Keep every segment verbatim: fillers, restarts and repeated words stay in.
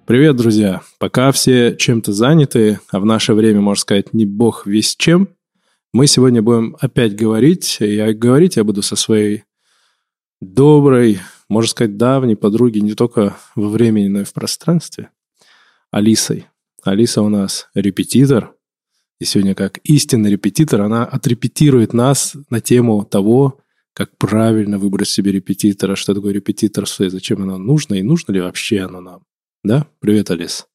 Привет, друзья! Пока все чем-то заняты, а в наше время, можно сказать, не бог весть чем, мы сегодня будем опять говорить. И говорить я буду со своей доброй, можно сказать, давней подруги не только во времени, но и в пространстве, Алисой. Алиса у нас репетитор. И сегодня, как истинный репетитор, она отрепетирует нас на тему того, как правильно выбрать себе репетитора, что такое репетиторство и зачем оно нужно, и нужно ли вообще оно нам. Да? Привет, Алис.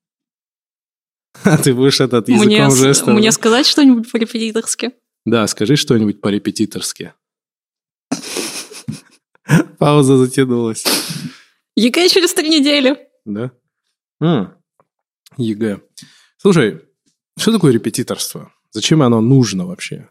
А ты будешь этот языком мне, жестов. Мне сказать что-нибудь по-репетиторски? Да, скажи что-нибудь по-репетиторски. Пауза затянулась. ЕГЭ через три недели. Да? М-м. ЕГЭ. Слушай, что такое репетиторство? Зачем оно нужно вообще?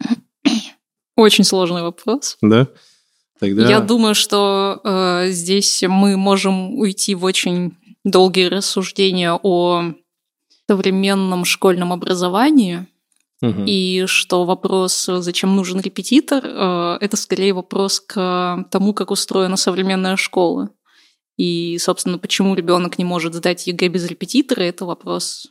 Очень сложный вопрос. Да? Тогда... Я думаю, что э, здесь мы можем уйти в очень долгие рассуждения о современном школьном образовании, угу. И что вопрос, зачем нужен репетитор, э, это скорее вопрос к тому, как устроена современная школа. И, собственно, почему ребенок не может сдать ЕГЭ без репетитора, это вопрос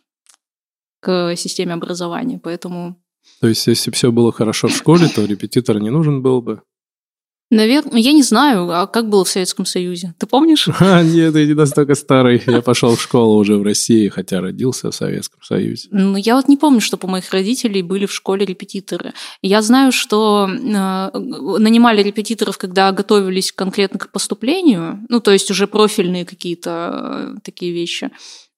к системе образования. Поэтому... То есть, если все было хорошо в школе, то репетитор не нужен был бы? Наверное, я не знаю, а как было в Советском Союзе? Ты помнишь? А, нет, я не настолько старый. Я пошел в школу уже в России, хотя родился в Советском Союзе. Ну, я вот не помню, чтобы у моих родителей были в школе репетиторы. Я знаю, что э, нанимали репетиторов, когда готовились конкретно к поступлению, ну, то есть уже профильные какие-то э, такие вещи.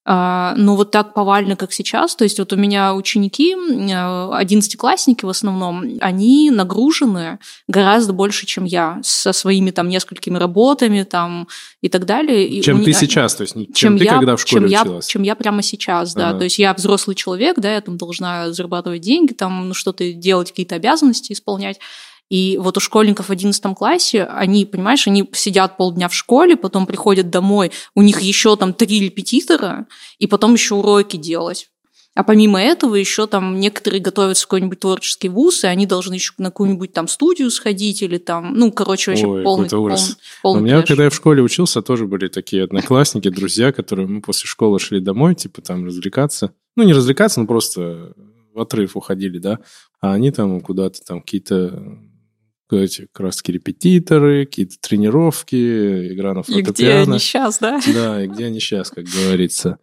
Но вот так повально, как сейчас, то есть вот у меня ученики, одиннадцатиклассники в основном, они нагружены гораздо больше, чем я, со своими там несколькими работами там и так далее. Чем и ты у... сейчас, то есть чем, чем ты я, когда в школе чем училась? Я, чем я прямо сейчас, да, ага. То есть я взрослый человек, да, я там должна зарабатывать деньги, там ну, что-то делать, какие-то обязанности исполнять. И вот у школьников в одиннадцатом классе, они, понимаешь, они сидят полдня в школе, потом приходят домой, у них еще там три репетитора, и потом еще уроки делать. А помимо этого еще там некоторые готовятся в какой-нибудь творческий вуз, и они должны еще на какую-нибудь там студию сходить или там, ну, короче, вообще Ой, полный, полный, полный У меня, когда я в школе учился, тоже были такие одноклассники, друзья, которые мы после школы шли домой, типа там развлекаться. Ну, не развлекаться, но просто в отрыв уходили, да. А они там куда-то там какие-то... эти как раз-таки репетиторы, какие-то тренировки, игра на фортепиано. И где они сейчас, да? Да, и где они сейчас, как говорится.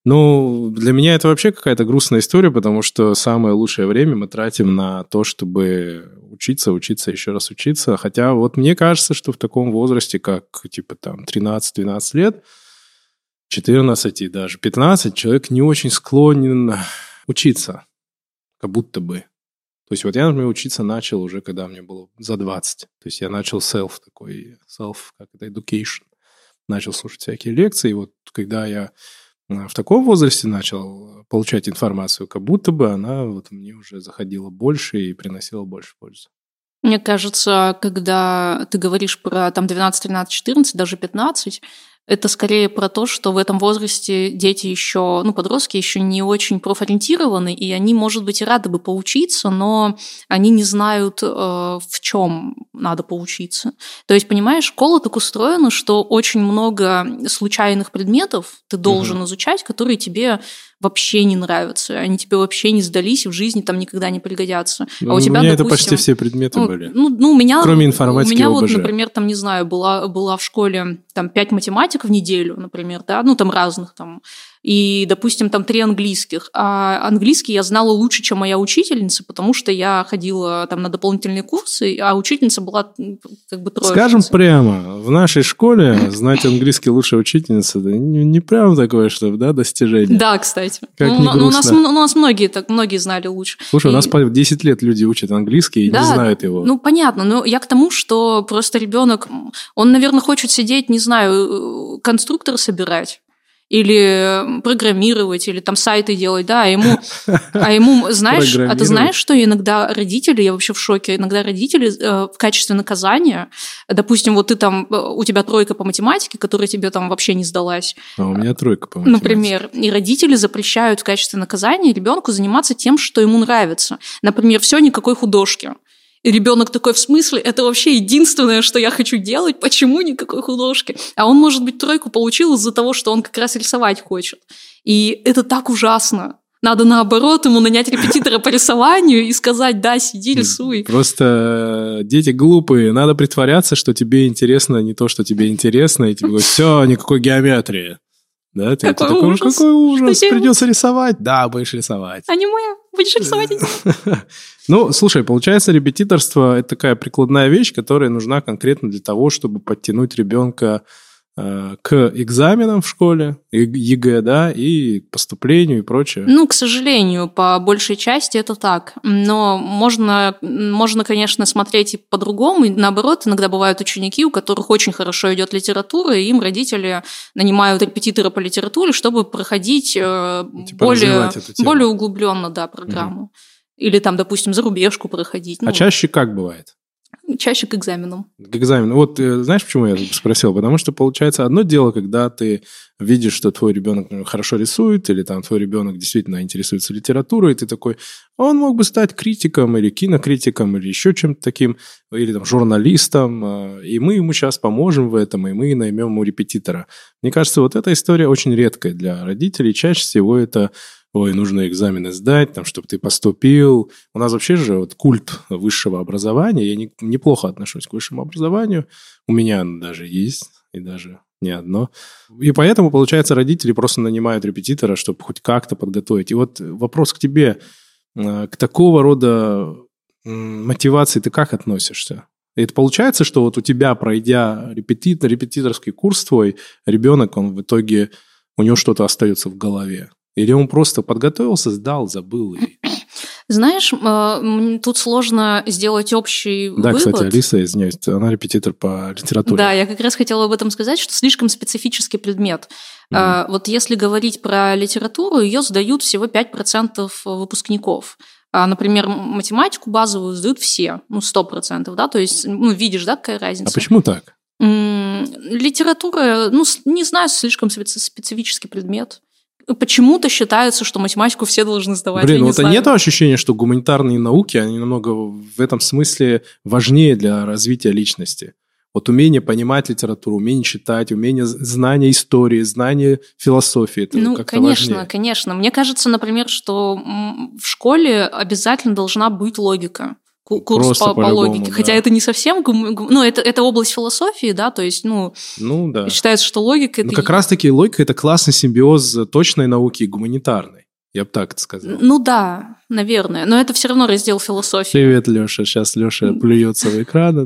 Ну, для меня это вообще какая-то грустная история, потому что самое лучшее время мы тратим на то, чтобы учиться, учиться, еще раз учиться. Хотя вот мне кажется, что в таком возрасте, как типа там тринадцать-двенадцать лет, четырнадцать и даже пятнадцать, человек не очень склонен учиться, как будто бы. То есть вот я, например, учиться начал уже, когда мне было за двадцать. То есть я начал self такой, self, как это, education. Начал слушать всякие лекции. И вот когда я в таком возрасте начал получать информацию, как будто бы она вот мне уже заходила больше и приносила больше пользы. Мне кажется, когда ты говоришь про там двенадцать, тринадцать, четырнадцать, даже пятнадцать, это скорее про то, что в этом возрасте дети еще, ну, подростки еще не очень профориентированы, и они, может быть, и рады бы поучиться, но они не знают, в чем надо поучиться. То есть, понимаешь, школа так устроена, что очень много случайных предметов ты должен угу. изучать, которые тебе вообще не нравятся, они тебе вообще не сдались и в жизни там никогда не пригодятся. Ну, а у тебя, меня допустим, это почти все предметы ну, были. Ну, ну, у меня, кроме информатики у меня ОБЖ. Вот, например, там, не знаю, была, была в школе там пять математик в неделю, например, да, ну, там разных там, и, допустим, там три английских. А английский я знала лучше, чем моя учительница, потому что я ходила там на дополнительные курсы, а учительница была как бы троечница. Скажем прямо, в нашей школе знать английский лучше учительницы, да, не, не прям такое, что, да, достижение. Да, кстати. Как ну, не ну, у, нас, грустно. у нас многие, так, многие знали лучше. Слушай, и... у нас по десять лет люди учат английский и да, не знают его. Ну, понятно, но я к тому, что просто ребенок, он, наверное, хочет сидеть, не знаю, конструктор собирать, или программировать, или там сайты делать, да, а ему, а ему, знаешь, а ты знаешь, что иногда родители, я вообще в шоке, иногда родители э, в качестве наказания, допустим, вот ты там, у тебя тройка по математике, которая тебе там вообще не сдалась. А у меня тройка по математике. Например, и родители запрещают в качестве наказания ребенку заниматься тем, что ему нравится. Например, все, никакой художки. И ребенок такой, в смысле, это вообще единственное, что я хочу делать, почему никакой художки? А он, может быть, тройку получил из-за того, что он как раз рисовать хочет. И это так ужасно. Надо, наоборот, ему нанять репетитора по рисованию и сказать, да, сиди, рисуй. Просто дети глупые, надо притворяться, что тебе интересно не то, что тебе интересно, и тебе говорят, все, никакой геометрии. Да, ты, какой, ты такой, ужас. какой ужас, что придется рисовать. Да, будешь рисовать. Аниме, будешь рисовать аниме. Ну, слушай, получается, репетиторство – это такая прикладная вещь, которая нужна конкретно для того, чтобы подтянуть ребенка к экзаменам в школе, ЕГЭ, да, и к поступлению и прочее. Ну, к сожалению, по большей части это так. Но можно, можно, конечно, смотреть и по-другому. И наоборот, иногда бывают ученики, у которых очень хорошо идет литература, и им родители нанимают репетитора по литературе, чтобы проходить типа более, более углубленно, да, программу. Угу. Или там, допустим, зарубежку проходить. А ну, чаще как бывает? Чаще к экзаменам. К экзамену. Вот знаешь, почему я спросил? Потому что получается одно дело, когда ты видишь, что твой ребенок хорошо рисует, или там твой ребенок действительно интересуется литературой, и ты такой, он мог бы стать критиком, или кинокритиком, или еще чем-то таким, или там журналистом, и мы ему сейчас поможем в этом, и мы наймем ему репетитора. Мне кажется, вот эта история очень редкая для родителей. Чаще всего это ой, нужно экзамены сдать, там, чтобы ты поступил. У нас вообще же вот культ высшего образования. Я не, неплохо отношусь к высшему образованию. У меня оно даже есть, и даже не одно. И поэтому, получается, родители просто нанимают репетитора, чтобы хоть как-то подготовить. И вот вопрос к тебе. К такого рода мотивации ты как относишься? И это получается, что вот у тебя, пройдя репетитор, репетиторский курс твой, ребенок, он в итоге, у него что-то остается в голове? Или он просто подготовился, сдал, забыл? И... Знаешь, тут сложно сделать общий да, вывод. Да, кстати, Алиса, извиняюсь, она репетитор по литературе. Да, я как раз хотела об этом сказать, что слишком специфический предмет. Mm-hmm. Вот если говорить про литературу, ее сдают всего пять процентов выпускников. А, например, математику базовую сдают все, ну, сто процентов, да, то есть, ну, видишь, да, какая разница? А почему так? М-м, литература, ну, не знаю, слишком специфический предмет. Почему-то считается, что математику все должны сдавать. Блин, ну это нет ощущения, что гуманитарные науки, они намного в этом смысле важнее для развития личности. Вот умение понимать литературу, умение читать, умение знания истории, знания философии. Это ну, как-то конечно, важнее. конечно. Мне кажется, например, что в школе обязательно должна быть логика. Курс Просто по, по логике. Да. Хотя это не совсем... Ну, это, это область философии, да, то есть, ну... Ну, да. Считается, что логика... Ну, это... как раз-таки логика – это классный симбиоз точной науки и гуманитарной. Я бы так это сказал. Ну, да, наверное. Но это все равно раздел философии. Привет, Лёша. Сейчас Лёша плюется в экран.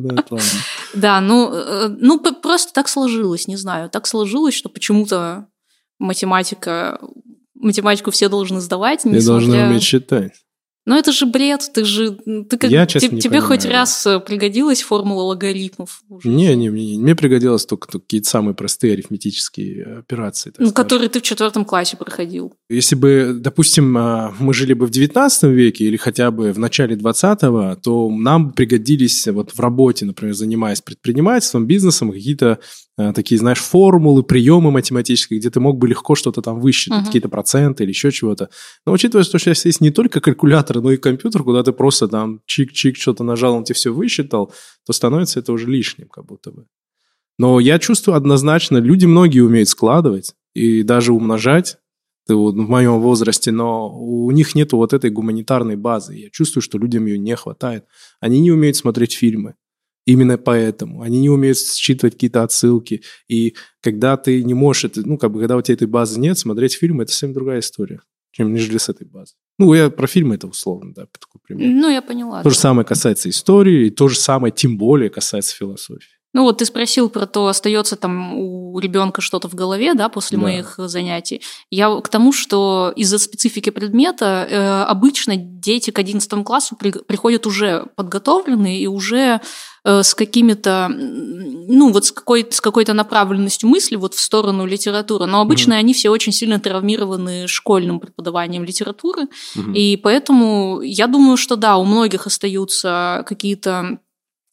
Да, ну, ну, просто так сложилось, не знаю. Так сложилось, что почему-то математика... Математику все должны сдавать, несмотря... Ты должен уметь считать. Ну, это же бред, ты же... Ты как, я, честно, тебе не тебе понимаю. Хоть раз пригодилась формула логарифмов? Не, не, не, мне пригодилось только какие-то самые простые арифметические операции. Ну, которые ты в четвертом классе проходил. Если бы, допустим, мы жили бы в девятнадцатом веке или хотя бы в начале двадцатого, то нам пригодились вот в работе, например, занимаясь предпринимательством, бизнесом, какие-то такие, знаешь, формулы, приемы математические, где ты мог бы легко что-то там высчитать, uh-huh. какие-то проценты или еще чего-то. Но учитывая, что сейчас есть не только калькулятор, но и компьютер, куда ты просто там чик-чик что-то нажал, он тебе все высчитал, то становится это уже лишним как будто бы. Но я чувствую однозначно, люди многие умеют складывать и даже умножать вот в моем возрасте, но у них нету вот этой гуманитарной базы. Я чувствую, что людям ее не хватает. Они не умеют смотреть фильмы. Именно поэтому. Они не умеют считывать какие-то отсылки. И когда ты не можешь, это, ну, как бы, когда у тебя этой базы нет, смотреть фильмы – это совсем другая история, чем нежели с этой базой. Ну, я про фильмы это условно, да, по такой пример. Ну, я поняла. То да. же самое касается истории, и то же самое, тем более, касается философии. Ну, вот ты спросил про то, остается там у ребенка что-то в голове, да, после да. моих занятий. Я к тому, что из-за специфики предмета э, обычно дети к одиннадцатому классу при, приходят уже подготовленные и уже э, с какими-то, ну, вот с, какой- с какой-то направленностью мысли вот в сторону литературы. Но обычно mm-hmm. они все очень сильно травмированы школьным преподаванием литературы. Mm-hmm. И поэтому я думаю, что да, у многих остаются какие-то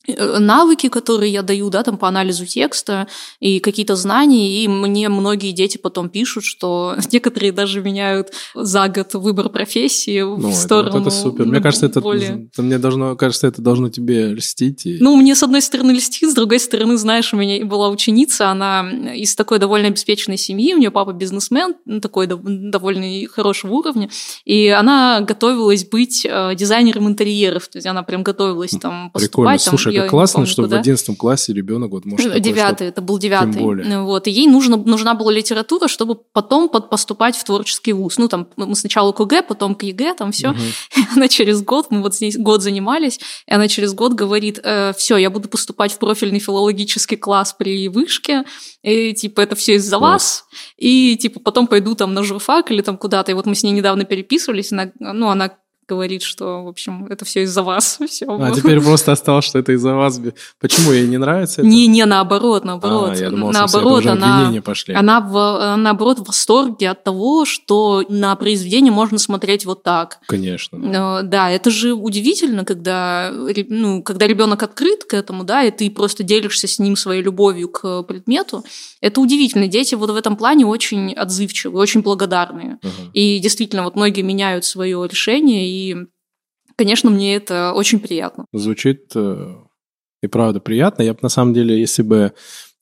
навыки, которые я даю, да, там по анализу текста и какие-то знания, и мне многие дети потом пишут, что некоторые даже меняют за год выбор профессии ну, в сторону. Вот это супер. Мне кажется, это, более... это мне должно, кажется, это должно тебе льстить. И... Ну, мне с одной стороны льстит, с другой стороны, знаешь, у меня была ученица, она из такой довольно обеспеченной семьи, у нее папа бизнесмен, такой довольно хорошего уровня, и она готовилась быть дизайнером интерьеров, то есть она прям готовилась там поступать. Прикольно. Там, Слушай, как классно, помню, что куда. В одиннадцатом классе ребенок вот может... Девятый, это был девятый. Вот, и ей нужно, нужна была литература, чтобы потом под, поступать в творческий вуз. Ну, там, мы сначала к ОГЭ, потом к ЕГЭ, там все. Угу. И она через год, мы вот здесь год занимались, и она через год говорит, э, все, я буду поступать в профильный филологический класс при вышке, и, типа, это все из-за Класс. вас, и, типа, потом пойду там на журфак или там куда-то. И вот мы с ней недавно переписывались, она, ну, она говорит, что, в общем, это все из-за вас. Все. А теперь просто осталось, что это из-за вас. Почему ей не нравится это? Не, не, наоборот, наоборот. А, я думал, наоборот, это уже она, пошли. Она, в, наоборот, в восторге от того, что на произведение можно смотреть вот так. Конечно. Да, это же удивительно, когда, ну, когда ребенок открыт к этому, да, и ты просто делишься с ним своей любовью к предмету. Это удивительно. Дети вот в этом плане очень отзывчивые, очень благодарные. Uh-huh. И действительно, вот многие меняют свое решение, и И, конечно, мне это очень приятно. Звучит э, и правда приятно. Я бы, на самом деле, если бы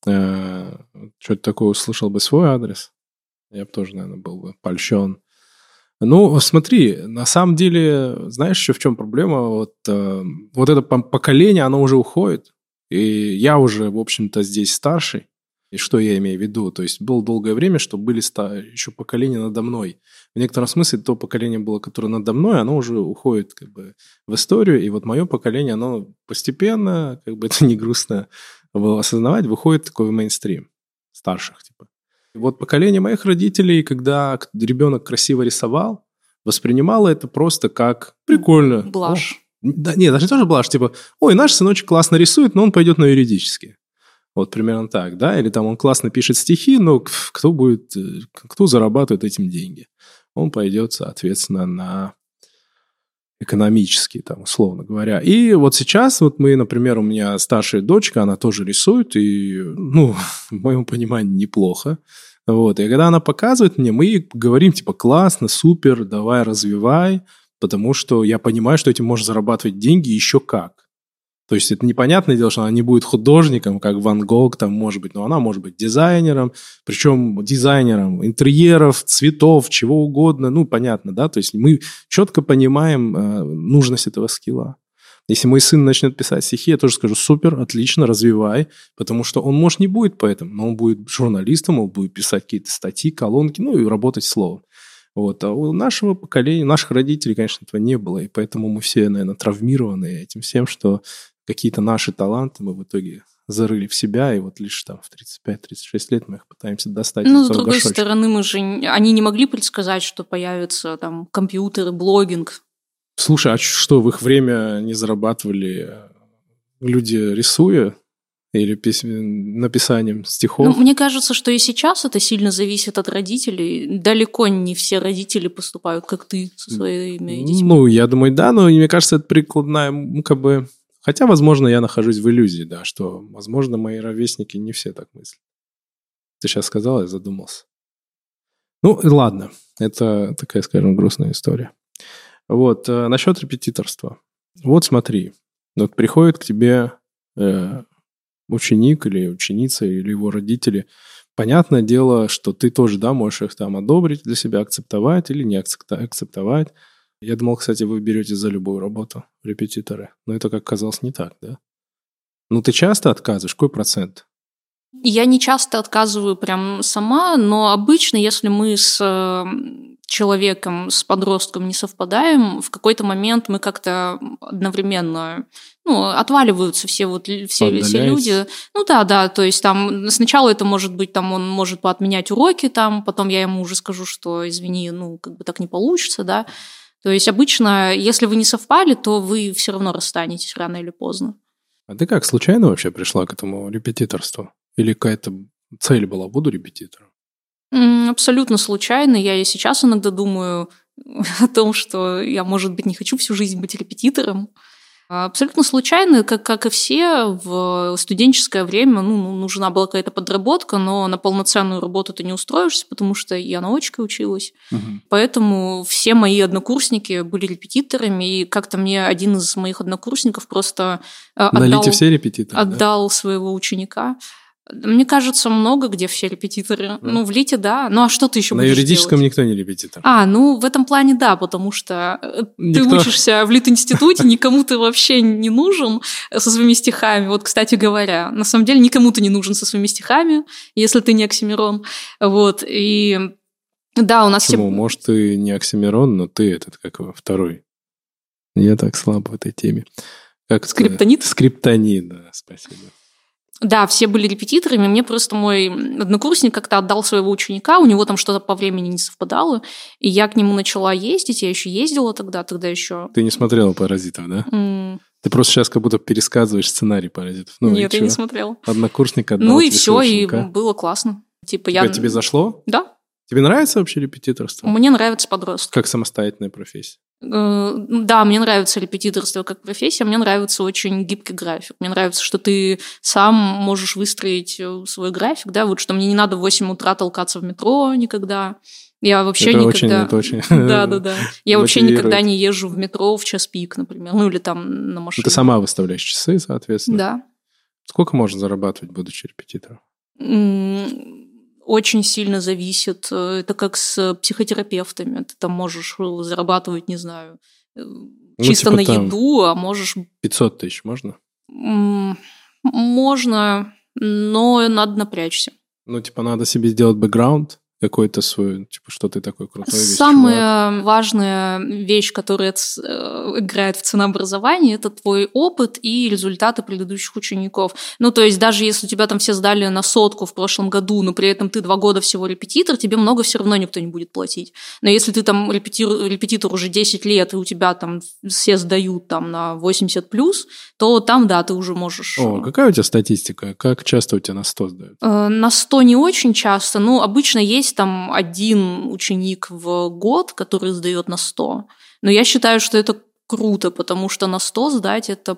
э, что-то такое услышал бы свой адрес, я бы тоже, наверное, был бы польщен. Ну, смотри, на самом деле, знаешь, еще в чем проблема? Вот, э, вот это поколение, оно уже уходит. И я уже, в общем-то, здесь старший. И что я имею в виду? То есть было долгое время, что были еще поколения надо мной. В некотором смысле то поколение было, которое надо мной, оно уже уходит как бы в историю. И вот мое поколение, оно постепенно, как бы это не грустно было осознавать, выходит такой в мейнстрим старших. Типа. И вот поколение моих родителей, когда ребенок красиво рисовал, воспринимало это просто как прикольно. Блажь. Да, нет, даже не тоже блажь. Типа, ой, наш сыночек классно рисует, но он пойдет на юридический. Вот примерно так, да? Или там он классно пишет стихи, но кто будет, кто зарабатывает этим деньги? Он пойдет, соответственно, на экономический, там, условно говоря. И вот сейчас, вот мы, например, у меня старшая дочка, она тоже рисует, и, ну, в моем понимании, неплохо. Вот, и когда она показывает мне, мы говорим, типа, классно, супер, давай, развивай, потому что я понимаю, что этим можно зарабатывать деньги еще как. То есть это непонятное дело, что она не будет художником, как Ван Гог, там, может быть, но она может быть дизайнером, причем дизайнером интерьеров, цветов, чего угодно, ну, понятно, да, то есть мы четко понимаем э, нужность этого скилла. Если мой сын начнет писать стихи, я тоже скажу, супер, отлично, развивай, потому что он, может, не будет поэтом, но он будет журналистом, он будет писать какие-то статьи, колонки, ну, и работать словом. Вот. А у нашего поколения, наших родителей, конечно, этого не было, и поэтому мы все, наверное, травмированы этим всем, что какие-то наши таланты мы в итоге зарыли в себя, и вот лишь там в тридцать пять тридцать шесть лет мы их пытаемся достать. Ну, с другой горшочек. стороны, мы же, они не могли предсказать, что появятся там компьютеры, блогинг. Слушай, а что, в их время не зарабатывали люди, рисуя или пис... написанием стихов? Ну, мне кажется, что и сейчас это сильно зависит от родителей. Далеко не все родители поступают, как ты, со своими детьми. Ну, я думаю, да, но мне кажется, это прикладная, ну, как бы... Хотя, возможно, я нахожусь в иллюзии, да, что, возможно, мои ровесники не все так мыслят. Ты сейчас сказал, я задумался. Ну, ладно, это такая, скажем, грустная история. Вот, э, насчет репетиторства. Вот смотри, вот приходит к тебе э, ученик или ученица, или его родители. Понятное дело, что ты тоже, да, можешь их там одобрить для себя, акцептовать или не акцептовать. Я думал, кстати, вы берете за любую работу репетиторы. Но это, как оказалось, не так, да? Ну, ты часто отказываешь? Какой процент? Я не часто отказываю прям сама, но обычно, если мы с человеком, с подростком не совпадаем, в какой-то момент мы как-то одновременно, ну, отваливаются все вот все, все люди. Ну да, да, то есть там сначала это может быть, там он может поотменять уроки, там, потом я ему уже скажу, что извини, ну, как бы так не получится, да. То есть обычно, если вы не совпали, то вы все равно расстанетесь рано или поздно. А ты как, случайно вообще пришла к этому репетиторству? Или какая-то цель была, буду репетитором? Абсолютно случайно. Я и сейчас иногда думаю о том, что я, может быть, не хочу всю жизнь быть репетитором. Абсолютно случайно, как, как и все, в студенческое время ну, нужна была какая-то подработка, но на полноценную работу ты не устроишься, потому что я на очке училась. Угу. Поэтому все мои однокурсники были репетиторами, и как-то мне один из моих однокурсников просто отдал, Налите все репетиторы, отдал да? своего ученика. Мне кажется, много где все репетиторы. Mm. Ну, в ЛИТе, да. Ну, а что ты еще На будешь юридическом делать? Никто не репетитор. А, ну, в этом плане да, потому что никто... ты учишься в ЛИТ-институте, никому ты вообще не нужен со своими стихами. Вот, кстати говоря, на самом деле никому ты не нужен со своими стихами, если ты не Оксимирон. Вот, и да, у нас... Почему? Все... Может, ты не Оксимирон, но ты этот, как его, второй. Я так слаб в этой теме. Как Скриптонит? Скриптонит, да, спасибо. Да, все были репетиторами, мне просто мой однокурсник как-то отдал своего ученика, у него там что-то по времени не совпадало, и я к нему начала ездить, я еще ездила тогда, тогда еще... Ты не смотрела «Паразитов», да? Mm. Ты просто сейчас как будто пересказываешь сценарий «Паразитов». Ну, Нет, я не смотрела. Однокурсник отдал Ну и все, ученика. И было классно. Типа Тебе, я... тебе зашло? Да. Тебе нравится вообще репетиторство? Мне нравится подросток. Как самостоятельная профессия? Да, мне нравится репетиторство как профессия, мне нравится очень гибкий график. Мне нравится, что ты сам можешь выстроить свой график, да, вот что мне не надо в восемь утра толкаться в метро никогда. Я вообще это никогда... Очень, это очень... Да, да, да. Я вообще никогда не езжу в метро в час пик, например, ну или там на машине. Ты сама выставляешь часы, соответственно? Да. Сколько можно зарабатывать, будучи репетитором? Очень сильно зависит. Это как с психотерапевтами. Ты там можешь зарабатывать, не знаю, чисто ну, типа на еду, а можешь... пятьсот тысяч можно? Можно, но надо напрячься. Ну, типа, надо себе сделать бэкграунд какой-то свой, типа, что ты такой крутой. Самая чувак. важная вещь, которая играет в ценообразовании, это твой опыт и результаты предыдущих учеников. Ну, то есть даже если тебя там все сдали на сотку в прошлом году, но при этом ты два года всего репетитор, тебе много все равно никто не будет платить. Но если ты там репетитор, репетитор уже десять лет, и у тебя там все сдают там на восемьдесят плюс, то там, да, ты уже можешь... О, какая у тебя статистика? Как часто у тебя на сто сдают? На сто не очень часто, но обычно есть там один ученик в год, который сдает на сто. Но я считаю, что это круто, потому что на сто сдать это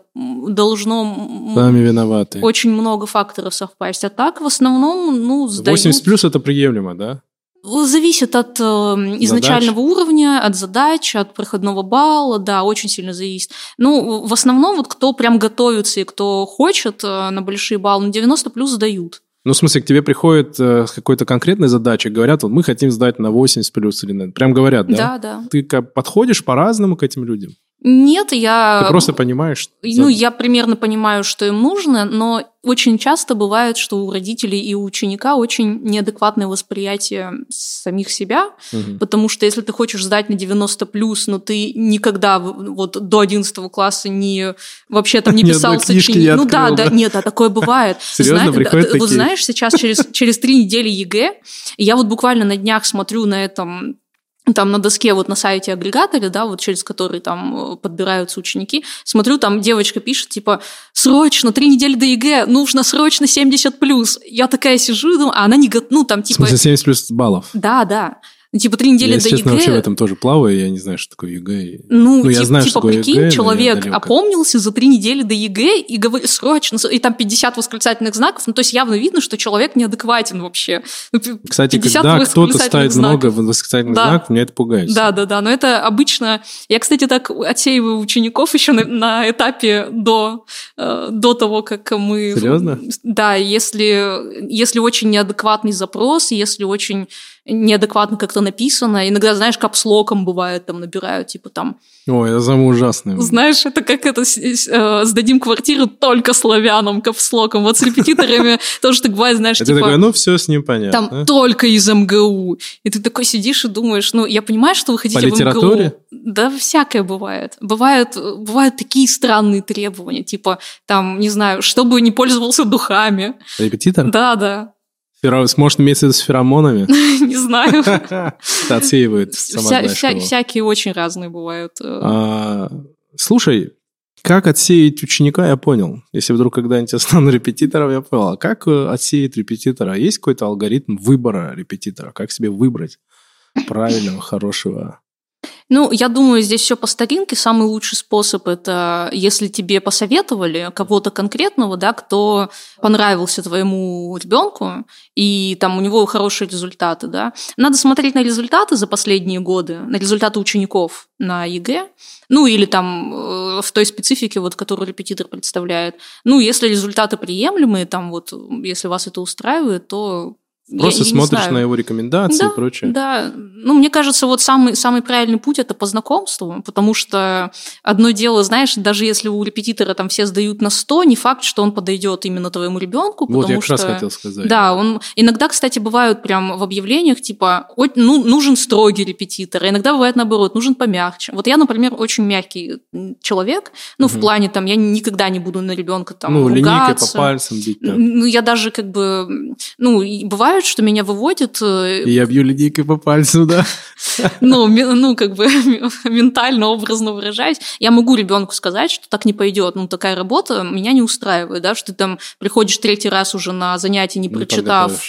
должно... Сами виноваты. Очень много факторов совпасть. А так в основном, ну, сдают... восемьдесят плюс это приемлемо, да? Зависит от э, изначального задач. уровня, от задач, от проходного балла, да, очень сильно зависит. Ну, в основном, вот кто прям готовится и кто хочет э, на большие баллы, на девяносто плюс сдают. Ну, в смысле, к тебе приходят э, с какой-то конкретной задачей, говорят, вот мы хотим сдать на восемьдесят плюс или на... Прям говорят, да? Да, да. Ты как подходишь по-разному к этим людям? Нет, я... Ты просто понимаешь... Ну, я примерно понимаю, что им нужно, но очень часто бывает, что у родителей и у ученика очень неадекватное восприятие самих себя, угу. потому что если ты хочешь сдать на девяносто плюс, но ты никогда вот до одиннадцатого класса не вообще там не писал сочинение. Ну да, да, нет, а такое бывает. Серьезно, приходят такие? Вот знаешь, сейчас через, через три недели ЕГЭ, я вот буквально на днях смотрю на этом... Там на доске, вот на сайте агрегаторе, да, вот через который там подбираются ученики, смотрю, там девочка пишет, типа, срочно, три недели до ЕГЭ, нужно срочно семьдесят плюс. Я такая сижу и думаю, а она не готова, ну, там, типа... В смысле, семьдесят плюс баллов? Да, да. Типа три недели я, до честно, ЕГЭ... Я, вообще в этом тоже плаваю, я не знаю, что такое ЕГЭ. Ну, ну я тип, знаю, типа, что прикинь, ЕГЭ, человек опомнился за три недели до ЕГЭ и говорит, срочно, и там пятьдесят восклицательных знаков, ну, то есть явно видно, что человек неадекватен вообще. Кстати, когда кто-то ставит много восклицательных да. знаков, меня это пугает. Да, да, да, но это обычно... Я, кстати, так отсеиваю учеников еще на, на этапе до, э, до того, как мы... Серьезно? Да, если, если очень неадекватный запрос, если очень... неадекватно как-то написано. Иногда, знаешь, капслоком бывает, там набирают, типа там... Ой, это самое ужасное. Знаешь, это как это э, сдадим квартиру только славянам, капслоком. Вот с репетиторами тоже так бывает, знаешь, типа... Ты такой, ну все с ним понятно. Там только из МГУ. И ты такой сидишь и думаешь, ну, я понимаю, что вы хотите в МГУ. По литературе? Да, всякое бывает. Бывают, бывают такие странные требования, типа, там, не знаю, чтобы не пользовался духами. Репетитор? Да, да. Может, имеется в виду с феромонами? Не знаю. Отсеивают, сама знаешь кого. Всякие очень разные бывают. Слушай, как отсеять ученика, я понял. Если вдруг когда-нибудь я стану репетитором, я понял. А как отсеять репетитора? Есть какой-то алгоритм выбора репетитора? Как себе выбрать правильного, хорошего? Ну, я думаю, здесь все по старинке. Самый лучший способ – это если тебе посоветовали кого-то конкретного, да, кто понравился твоему ребенку, и там у него хорошие результаты, да. Надо смотреть на результаты за последние годы, на результаты учеников на ЕГЭ, ну, или там э, в той специфике, вот, которую репетитор представляет. Ну, если результаты приемлемые, там вот, если вас это устраивает, то... Просто я, я смотришь на его рекомендации да, и прочее. Да, ну, мне кажется, вот самый, самый правильный путь – это по знакомству, потому что одно дело, знаешь, даже если у репетитора там все сдают на сто, не факт, что он подойдет именно твоему ребенку, вот потому я как что… раз хотел сказать. Да, он… иногда, кстати, бывают прям в объявлениях, типа, ну, нужен строгий репетитор, а иногда бывает наоборот, нужен помягче. Вот я, например, очень мягкий человек, ну, угу. в плане, там, я никогда не буду на ребенка там ну, ругаться. линейкой по пальцам бить. Да. Ну, я даже как бы… Ну, бывает, что меня выводит. И я бью линейкой по пальцу, да? Ну, ну, как бы ментально, образно выражаясь. Я могу ребенку сказать, что так не пойдет. Ну, такая работа меня не устраивает, да, что ты там приходишь третий раз уже на занятие, не, не прочитав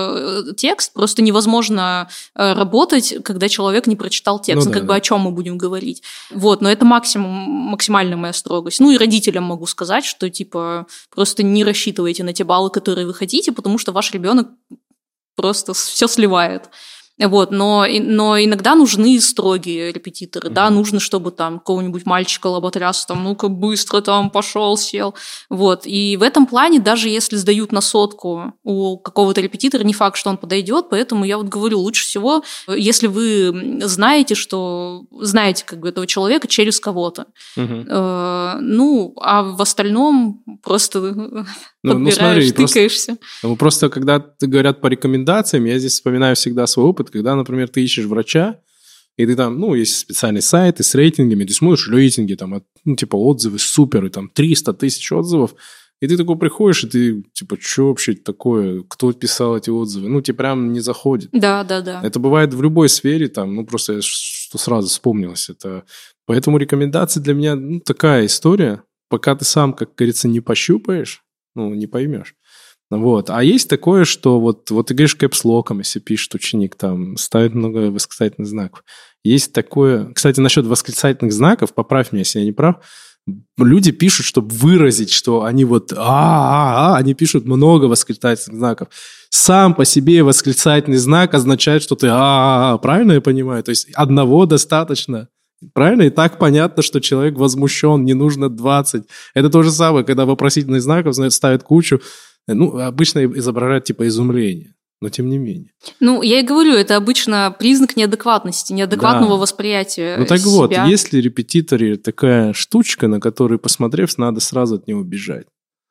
текст. Просто невозможно работать, когда человек не прочитал текст. Ну, ну да, как да. бы о чем мы будем говорить. Вот, но это максимум, максимальная моя строгость. Ну, и родителям могу сказать, что, типа, просто не рассчитывайте на те баллы, которые вы хотите, потому что ваш ребенок просто все сливает. Вот, но, но иногда нужны строгие репетиторы, mm-hmm. да, нужно, чтобы там какого-нибудь мальчика лоботряса там, ну-ка, быстро там пошел, сел. Вот, и в этом плане, даже если сдают на сотку у какого-то репетитора, не факт, что он подойдет, поэтому я вот говорю, лучше всего, если вы знаете, что знаете как бы этого человека через кого-то. Mm-hmm. Э, ну, а в остальном просто ну, подбираешь, ну, смотри, тыкаешься. Просто, просто когда говорят по рекомендациям, я здесь вспоминаю всегда свой опыт, когда, например, ты ищешь врача, и ты там, ну, есть специальные сайты с рейтингами, ты смотришь рейтинги, там, ну, типа, отзывы супер, и там триста тысяч отзывов, и ты такой приходишь, и ты, типа, что вообще такое, кто писал эти отзывы? Ну, тебе прям не заходит. Да, да, да. Это бывает в любой сфере, там, ну, просто что сразу вспомнилось это. Поэтому рекомендации для меня, ну, такая история, пока ты сам, как говорится, не пощупаешь, ну, не поймешь. Вот. А есть такое, что вот, вот ты говоришь кэпслоком, если пишет ученик, там, ставит много восклицательных знаков. Есть такое... Кстати, насчет восклицательных знаков, поправь меня, если я не прав, люди пишут, чтобы выразить, что они вот а-а-а, они пишут много восклицательных знаков. Сам по себе восклицательный знак означает, что ты а-а-а, правильно я понимаю? То есть одного достаточно. Правильно? И так понятно, что человек возмущен, не нужно двадцать. Это то же самое, когда вопросительных знаков ставят кучу. Ну, обычно изображают типа изумление, но тем не менее. Ну, я и говорю, это обычно признак неадекватности, неадекватного да. восприятия Ну, так себя. вот, есть ли репетиторе такая штучка, на которую, посмотрев, надо сразу от него бежать?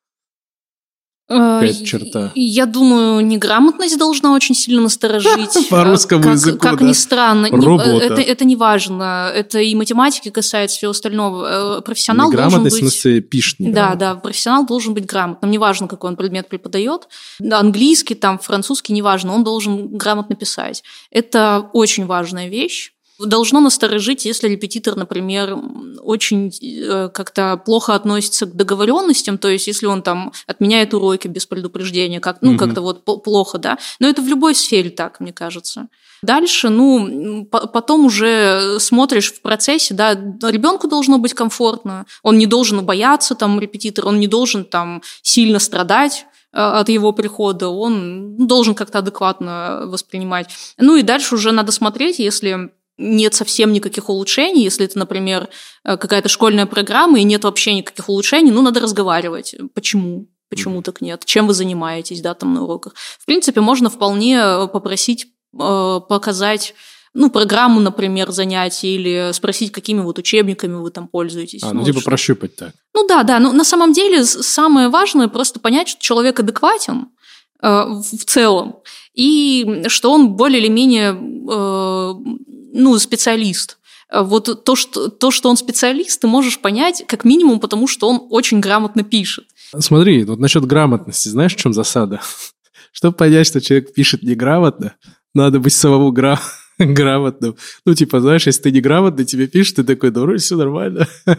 Какая-то черта. Я думаю, неграмотность должна очень сильно насторожить. По русскому как, языку, Как да? ни странно. Работа. Это, это не важно. Это и математики касается, всего остального. Профессионал должен быть... Неграмотность, в смысле, пишет неграмотно. Да, да, профессионал должен быть грамотным. Неважно, какой он предмет преподает. Английский, там, французский, неважно. Он должен грамотно писать. Это очень важная вещь. Должно насторожить, если репетитор, например, очень как-то плохо относится к договоренностям, то есть если он там отменяет уроки без предупреждения, как, ну, mm-hmm. как-то вот плохо, да. Но это в любой сфере так, мне кажется. Дальше, ну, потом уже смотришь в процессе, да, ребенку должно быть комфортно, он не должен бояться, там, репетитора, он не должен там сильно страдать от его прихода, он должен как-то адекватно воспринимать. Ну и дальше уже надо смотреть, если... нет совсем никаких улучшений, если это, например, какая-то школьная программа и нет вообще никаких улучшений, ну, надо разговаривать. Почему? Почему так нет? Чем вы занимаетесь, да, там на уроках? В принципе, можно вполне попросить э, показать, ну, программу, например, занятий или спросить, какими вот учебниками вы там пользуетесь. А, ну, ну типа что... прощупать так. Ну, да, да. Ну, на самом деле, самое важное просто понять, что человек адекватен э, в целом, и что он более или менее... Э, ну, специалист. Вот то что, то, что он специалист, ты можешь понять как минимум, потому что он очень грамотно пишет. Смотри, вот насчет грамотности, знаешь, в чем засада? Чтобы понять, что человек пишет неграмотно, надо быть самому гра... грамотным. Ну, типа, знаешь, если ты неграмотный, тебе пишут, ты такой, да вроде все нормально.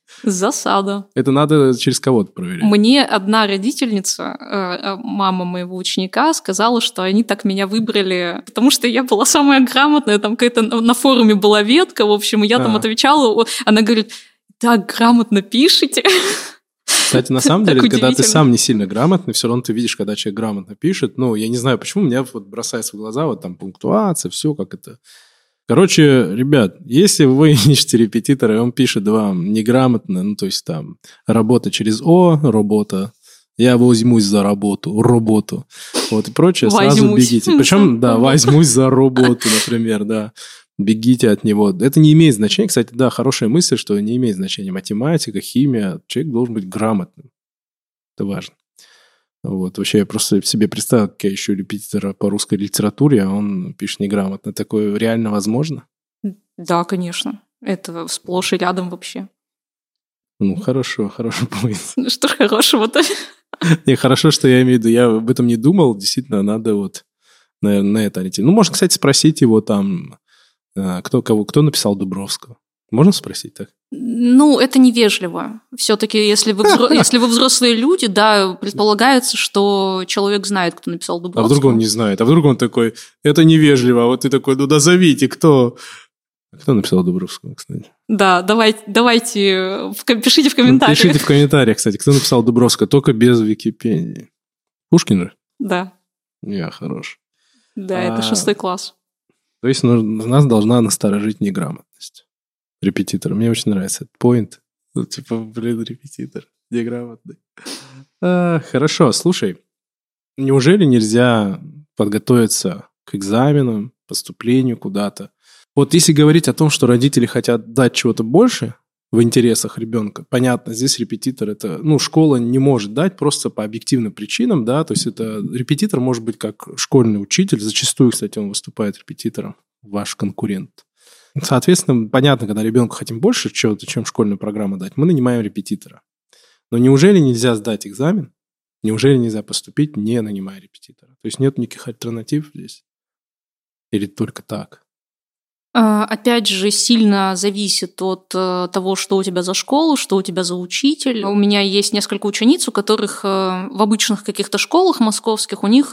Засада. Это надо через кого-то проверять. Мне одна родительница, мама моего ученика, сказала, что они так меня выбрали, потому что я была самая грамотная, там какая-то на форуме была ветка, в общем, я а. там отвечала, она говорит, так грамотно пишете. Кстати, на самом деле, когда ты сам не сильно грамотный, все равно ты видишь, когда человек грамотно пишет, ну, я не знаю, почему, мне вот бросается в глаза вот там пунктуация, все как это... Короче, ребят, если вы ищете репетитора, и он пишет вам неграмотно, ну, то есть там работа через О, работа, я возьмусь за работу, работу, вот и прочее, возьмусь. Сразу бегите. Причем, да, возьмусь за работу, например, да, бегите от него. Это не имеет значения, кстати, да, хорошая мысль, что не имеет значения математика, химия, человек должен быть грамотным, это важно. Вот, вообще, я просто себе представил, как я ищу репетитора по русской литературе, а он пишет неграмотно. Такое реально возможно? Да, конечно. Это сплошь и рядом вообще. Ну, хорошо, хорошо будет. Что хорошего-то? Не, хорошо, что я имею в виду. Я об этом не думал. Действительно, надо вот, наверное, на это ориентироваться. Ну, можно, кстати, спросить его там, кто, кого, кто написал Дубровского. Можно спросить так? Ну, это невежливо. Все-таки, если вы, если вы взрослые люди, да, предполагается, что человек знает, кто написал Дубровского. А вдруг он не знает? А вдруг он такой, это невежливо, а вот ты такой, ну, назовите, кто... Кто написал Дубровского, кстати? Да, давайте, давайте пишите в комментариях. Пишите в комментариях, кстати, кто написал Дубровского, только без Википедии. Пушкин же? Да. Я хорош. Да, а... это шестой класс. То есть нас должна насторожить неграмотность. Репетитор. Мне очень нравится этот поинт. Ну, типа, блин, репетитор. Неграмотный. А, хорошо, слушай. Неужели нельзя подготовиться к экзаменам, поступлению куда-то? Вот если говорить о том, что родители хотят дать чего-то больше в интересах ребенка, понятно, здесь репетитор это... Ну, школа не может дать просто по объективным причинам, да, то есть это репетитор может быть как школьный учитель. Зачастую, кстати, он выступает репетитором, ваш конкурент. Соответственно, понятно, когда ребенку хотим больше чего-то, чем школьную программу дать, мы нанимаем репетитора. Но неужели нельзя сдать экзамен? Неужели нельзя поступить, не нанимая репетитора? То есть нет никаких альтернатив здесь? Или только так? Опять же, сильно зависит от того, что у тебя за школа, что у тебя за учитель. У меня есть несколько учениц, у которых в обычных каких-то школах московских, у них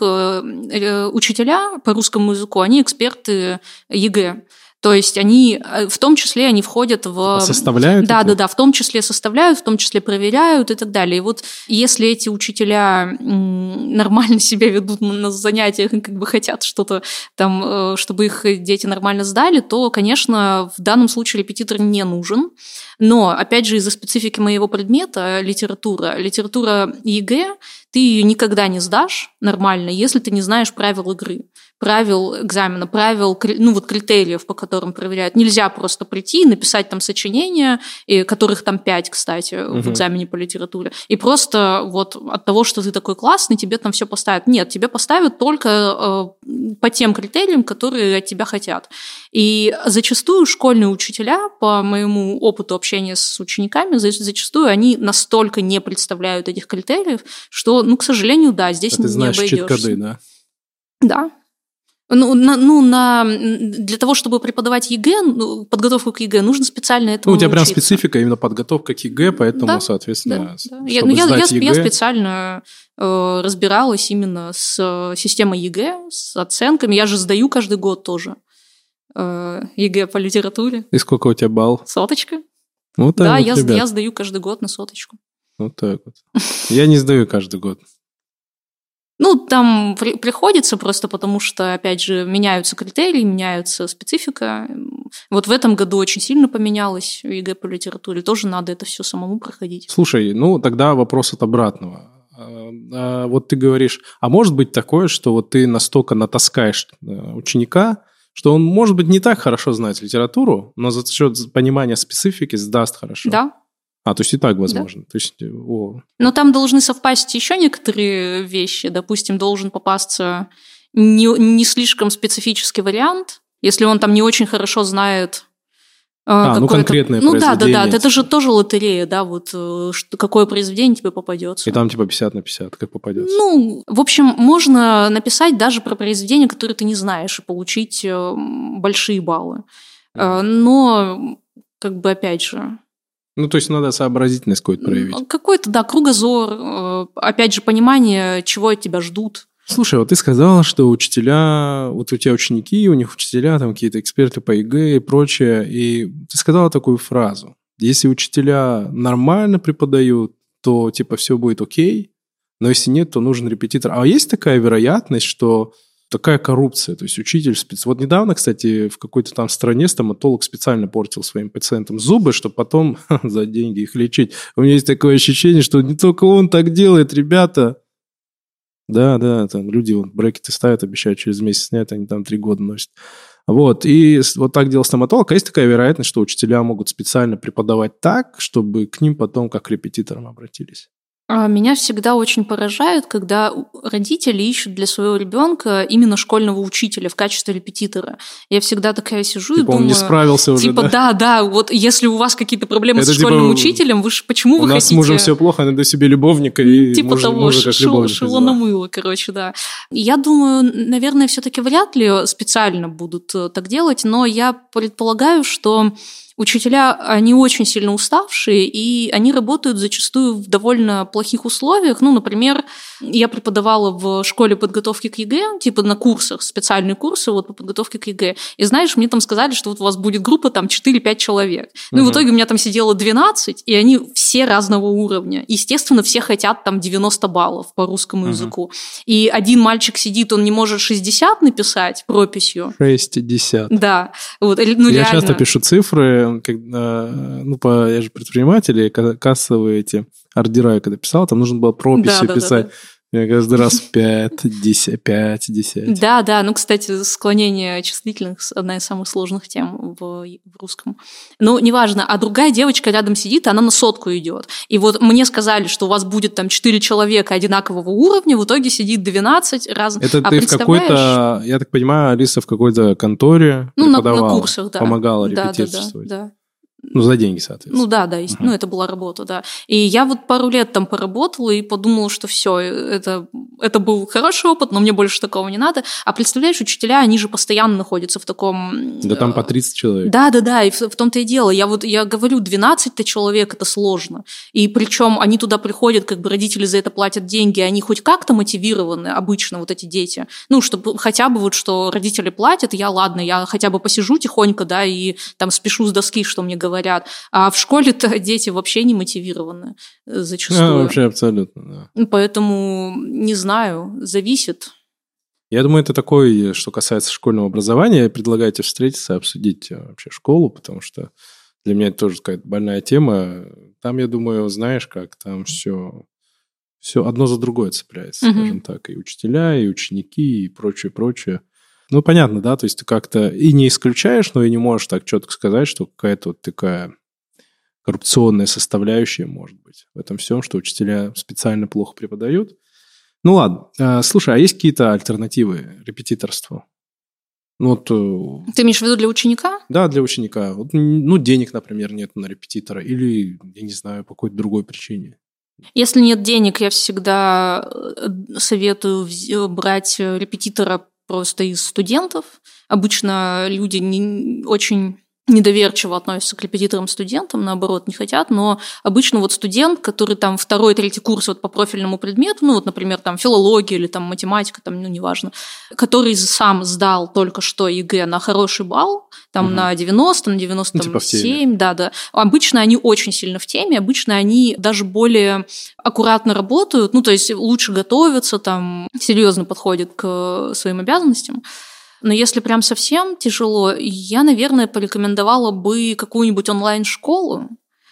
учителя по русскому языку, они эксперты ЕГЭ. То есть они, в том числе, они входят в... Составляют? Да, это? да, да, в том числе составляют, в том числе проверяют и так далее. И вот если эти учителя нормально себя ведут на занятиях и как бы хотят что-то там, чтобы их дети нормально сдали, то, конечно, в данном случае репетитор не нужен. Но, опять же, из-за специфики моего предмета, литература, литература ЕГЭ, ты ее никогда не сдашь нормально, если ты не знаешь правил игры, правил экзамена, правил, ну вот критериев, по которым проверяют. Нельзя просто прийти и написать там сочинения, которых там пять, кстати, угу. в экзамене по литературе, и просто вот от того, что ты такой классный, тебе там все поставят. Нет, тебе поставят только э, по тем критериям, которые от тебя хотят. И зачастую школьные учителя, по моему опыту общения с учениками, зачастую они настолько не представляют этих критериев, что, ну, к сожалению, да, здесь а не обойдешься. Ты знаешь чит-коды, да? Да. Ну, на, ну на, для того, чтобы преподавать ЕГЭ, ну, подготовку к ЕГЭ, нужно специально этому Ну, у тебя учиться. прям специфика, именно подготовка к ЕГЭ, поэтому, да, соответственно, да, да. Я, ну, я, я, я специально э, разбиралась именно с системой ЕГЭ, с оценками. Я же сдаю каждый год тоже э, ЕГЭ по литературе. И сколько у тебя балл? Соточка. Вот так да, вот, я, ребят. я сдаю каждый год на соточку. Вот так вот. Я не сдаю каждый год. Ну, там при, приходится просто потому, что, опять же, меняются критерии, меняется специфика. Вот в этом году очень сильно поменялось ЕГЭ по литературе. Тоже надо это все самому проходить. Слушай, ну, тогда вопрос от обратного. А, вот ты говоришь, а может быть такое, что вот ты настолько натаскаешь ученика, что он, может быть, не так хорошо знает литературу, но за счет понимания специфики сдаст хорошо? Да. А, то есть и так возможно. Да. То есть, о. Но там должны совпасть еще некоторые вещи. Допустим, должен попасться не, не слишком специфический вариант, если он там не очень хорошо знает А, ну конкретное ну, произведение. Ну да, да, да, это же тоже лотерея, да, вот что, какое произведение тебе попадется. И там типа пятьдесят на пятьдесят, как попадется. Ну, в общем, можно написать даже про произведение, которое ты не знаешь, и получить большие баллы. Mm. Но, как бы, опять же... Ну, то есть надо сообразительность какую-то проявить. Какой-то, да, кругозор, опять же, понимание, чего от тебя ждут. Слушай, вот ты сказала, что учителя, вот у тебя ученики, у них учителя, там какие-то эксперты по ЕГЭ и прочее, и ты сказала такую фразу. Если учителя нормально преподают, то типа все будет окей, но если нет, то нужен репетитор. А есть такая вероятность, что такая коррупция, то есть учитель спец... Вот недавно, кстати, в какой-то там стране стоматолог специально портил своим пациентам зубы, чтобы потом за деньги их лечить. У меня есть такое ощущение, что не только он так делает, ребята. Да, да, там люди вот брекеты ставят, обещают через месяц снять, они там три года носят. Вот, и вот так делал стоматолог. А есть такая вероятность, что учителя могут специально преподавать так, чтобы к ним потом как к репетиторам обратились. Меня всегда очень поражает, когда родители ищут для своего ребенка именно школьного учителя в качестве репетитора. Я всегда такая сижу типа и думаю... он не справился уже, типа, да? да, да, вот если у вас какие-то проблемы Это с типа, школьным учителем, вы ж, почему вы у нас хотите... с мужем все плохо, надо себе любовника и Типа мужа, того, мужа как шило, любовника шило на мыло, короче, да. Я думаю, наверное, все-таки вряд ли специально будут так делать, но я предполагаю, что... Учителя, они очень сильно уставшие, и они работают зачастую в довольно плохих условиях. Ну, например, я преподавала в школе подготовки к ЕГЭ, типа на курсах, специальные курсы вот по подготовке к ЕГЭ. И знаешь, мне там сказали, что вот у вас будет группа там четыре-пять человек. Ну, угу. И в итоге у меня там сидело двенадцать, и они все разного уровня. Естественно, все хотят там девяносто баллов по русскому угу. языку. И один мальчик сидит, он не может шестьдесят написать прописью. шестьдесят. Да. Вот, ну, я реально. часто пишу цифры, когда, ну, по, я же предприниматель, кассовые эти ордера, когда писал, там нужно было прописью да, да, писать. Да, да. Я каждый раз пять, десять, пять, десять. Да, да, ну, кстати, склонение числительных – одна из самых сложных тем в, в русском. Ну, неважно, а другая девочка рядом сидит, она на сотку идет. И вот мне сказали, что у вас будет там четыре человека одинакового уровня, в итоге сидит двенадцать разных. Это а ты в какой-то, я так понимаю, Алиса в какой-то конторе ну, преподавала, на, на курсах, да. помогала да, репетиторствовать. Да, да, да. Ну, за деньги, соответственно. Ну да, да, uh-huh. ну это была работа, да. И я вот пару лет там поработала и подумала, что все, это, это был хороший опыт, но мне больше такого не надо. А представляешь, учителя, они же постоянно находятся в таком... Да там по тридцать человек. Да, да, да, и в, в том-то и дело. Я вот, я говорю, двенадцать-то человек, это сложно. И причем они туда приходят, как бы родители за это платят деньги, они хоть как-то мотивированы обычно, вот эти дети. Ну, чтобы хотя бы вот, что родители платят, я, ладно, я хотя бы посижу тихонько, да, и там спешу с доски, что мне говорят. Говорят. А в школе-то дети вообще не мотивированы зачастую. А, вообще абсолютно, да. Поэтому не знаю, зависит. Я думаю, это такое, что касается школьного образования. Предлагайте встретиться, обсудить вообще школу, потому что для меня это тоже какая-то больная тема. Там, я думаю, знаешь как, там все, все одно за другое цепляется, угу. скажем так. И учителя, и ученики, и прочее, прочее. Ну, понятно, да, то есть ты как-то и не исключаешь, но и не можешь так четко сказать, что какая-то вот такая коррупционная составляющая может быть в этом всем, что учителя специально плохо преподают. Ну, ладно. Слушай, а есть какие-то альтернативы репетиторству? Ну, вот, ты имеешь в виду для ученика? Да, для ученика. Вот, ну, денег, например, нет на репетитора или, я не знаю, по какой-то другой причине. Если нет денег, я всегда советую брать репетитора просто из студентов. Обычно люди не очень недоверчиво относятся к репетиторам-студентам, наоборот, не хотят, но обычно вот студент, который там второй, третий курс вот по профильному предмету, ну вот, например, там филология или там математика, там, ну, неважно, который сам сдал только что ЕГЭ на хороший балл, там угу. на девяносто, на девяносто семь, ну, да, да. Обычно они очень сильно в теме, обычно они даже более аккуратно работают, ну, то есть лучше готовятся, там, серьезно подходят к своим обязанностям. Но если прям совсем тяжело, я, наверное, порекомендовала бы какую-нибудь онлайн-школу.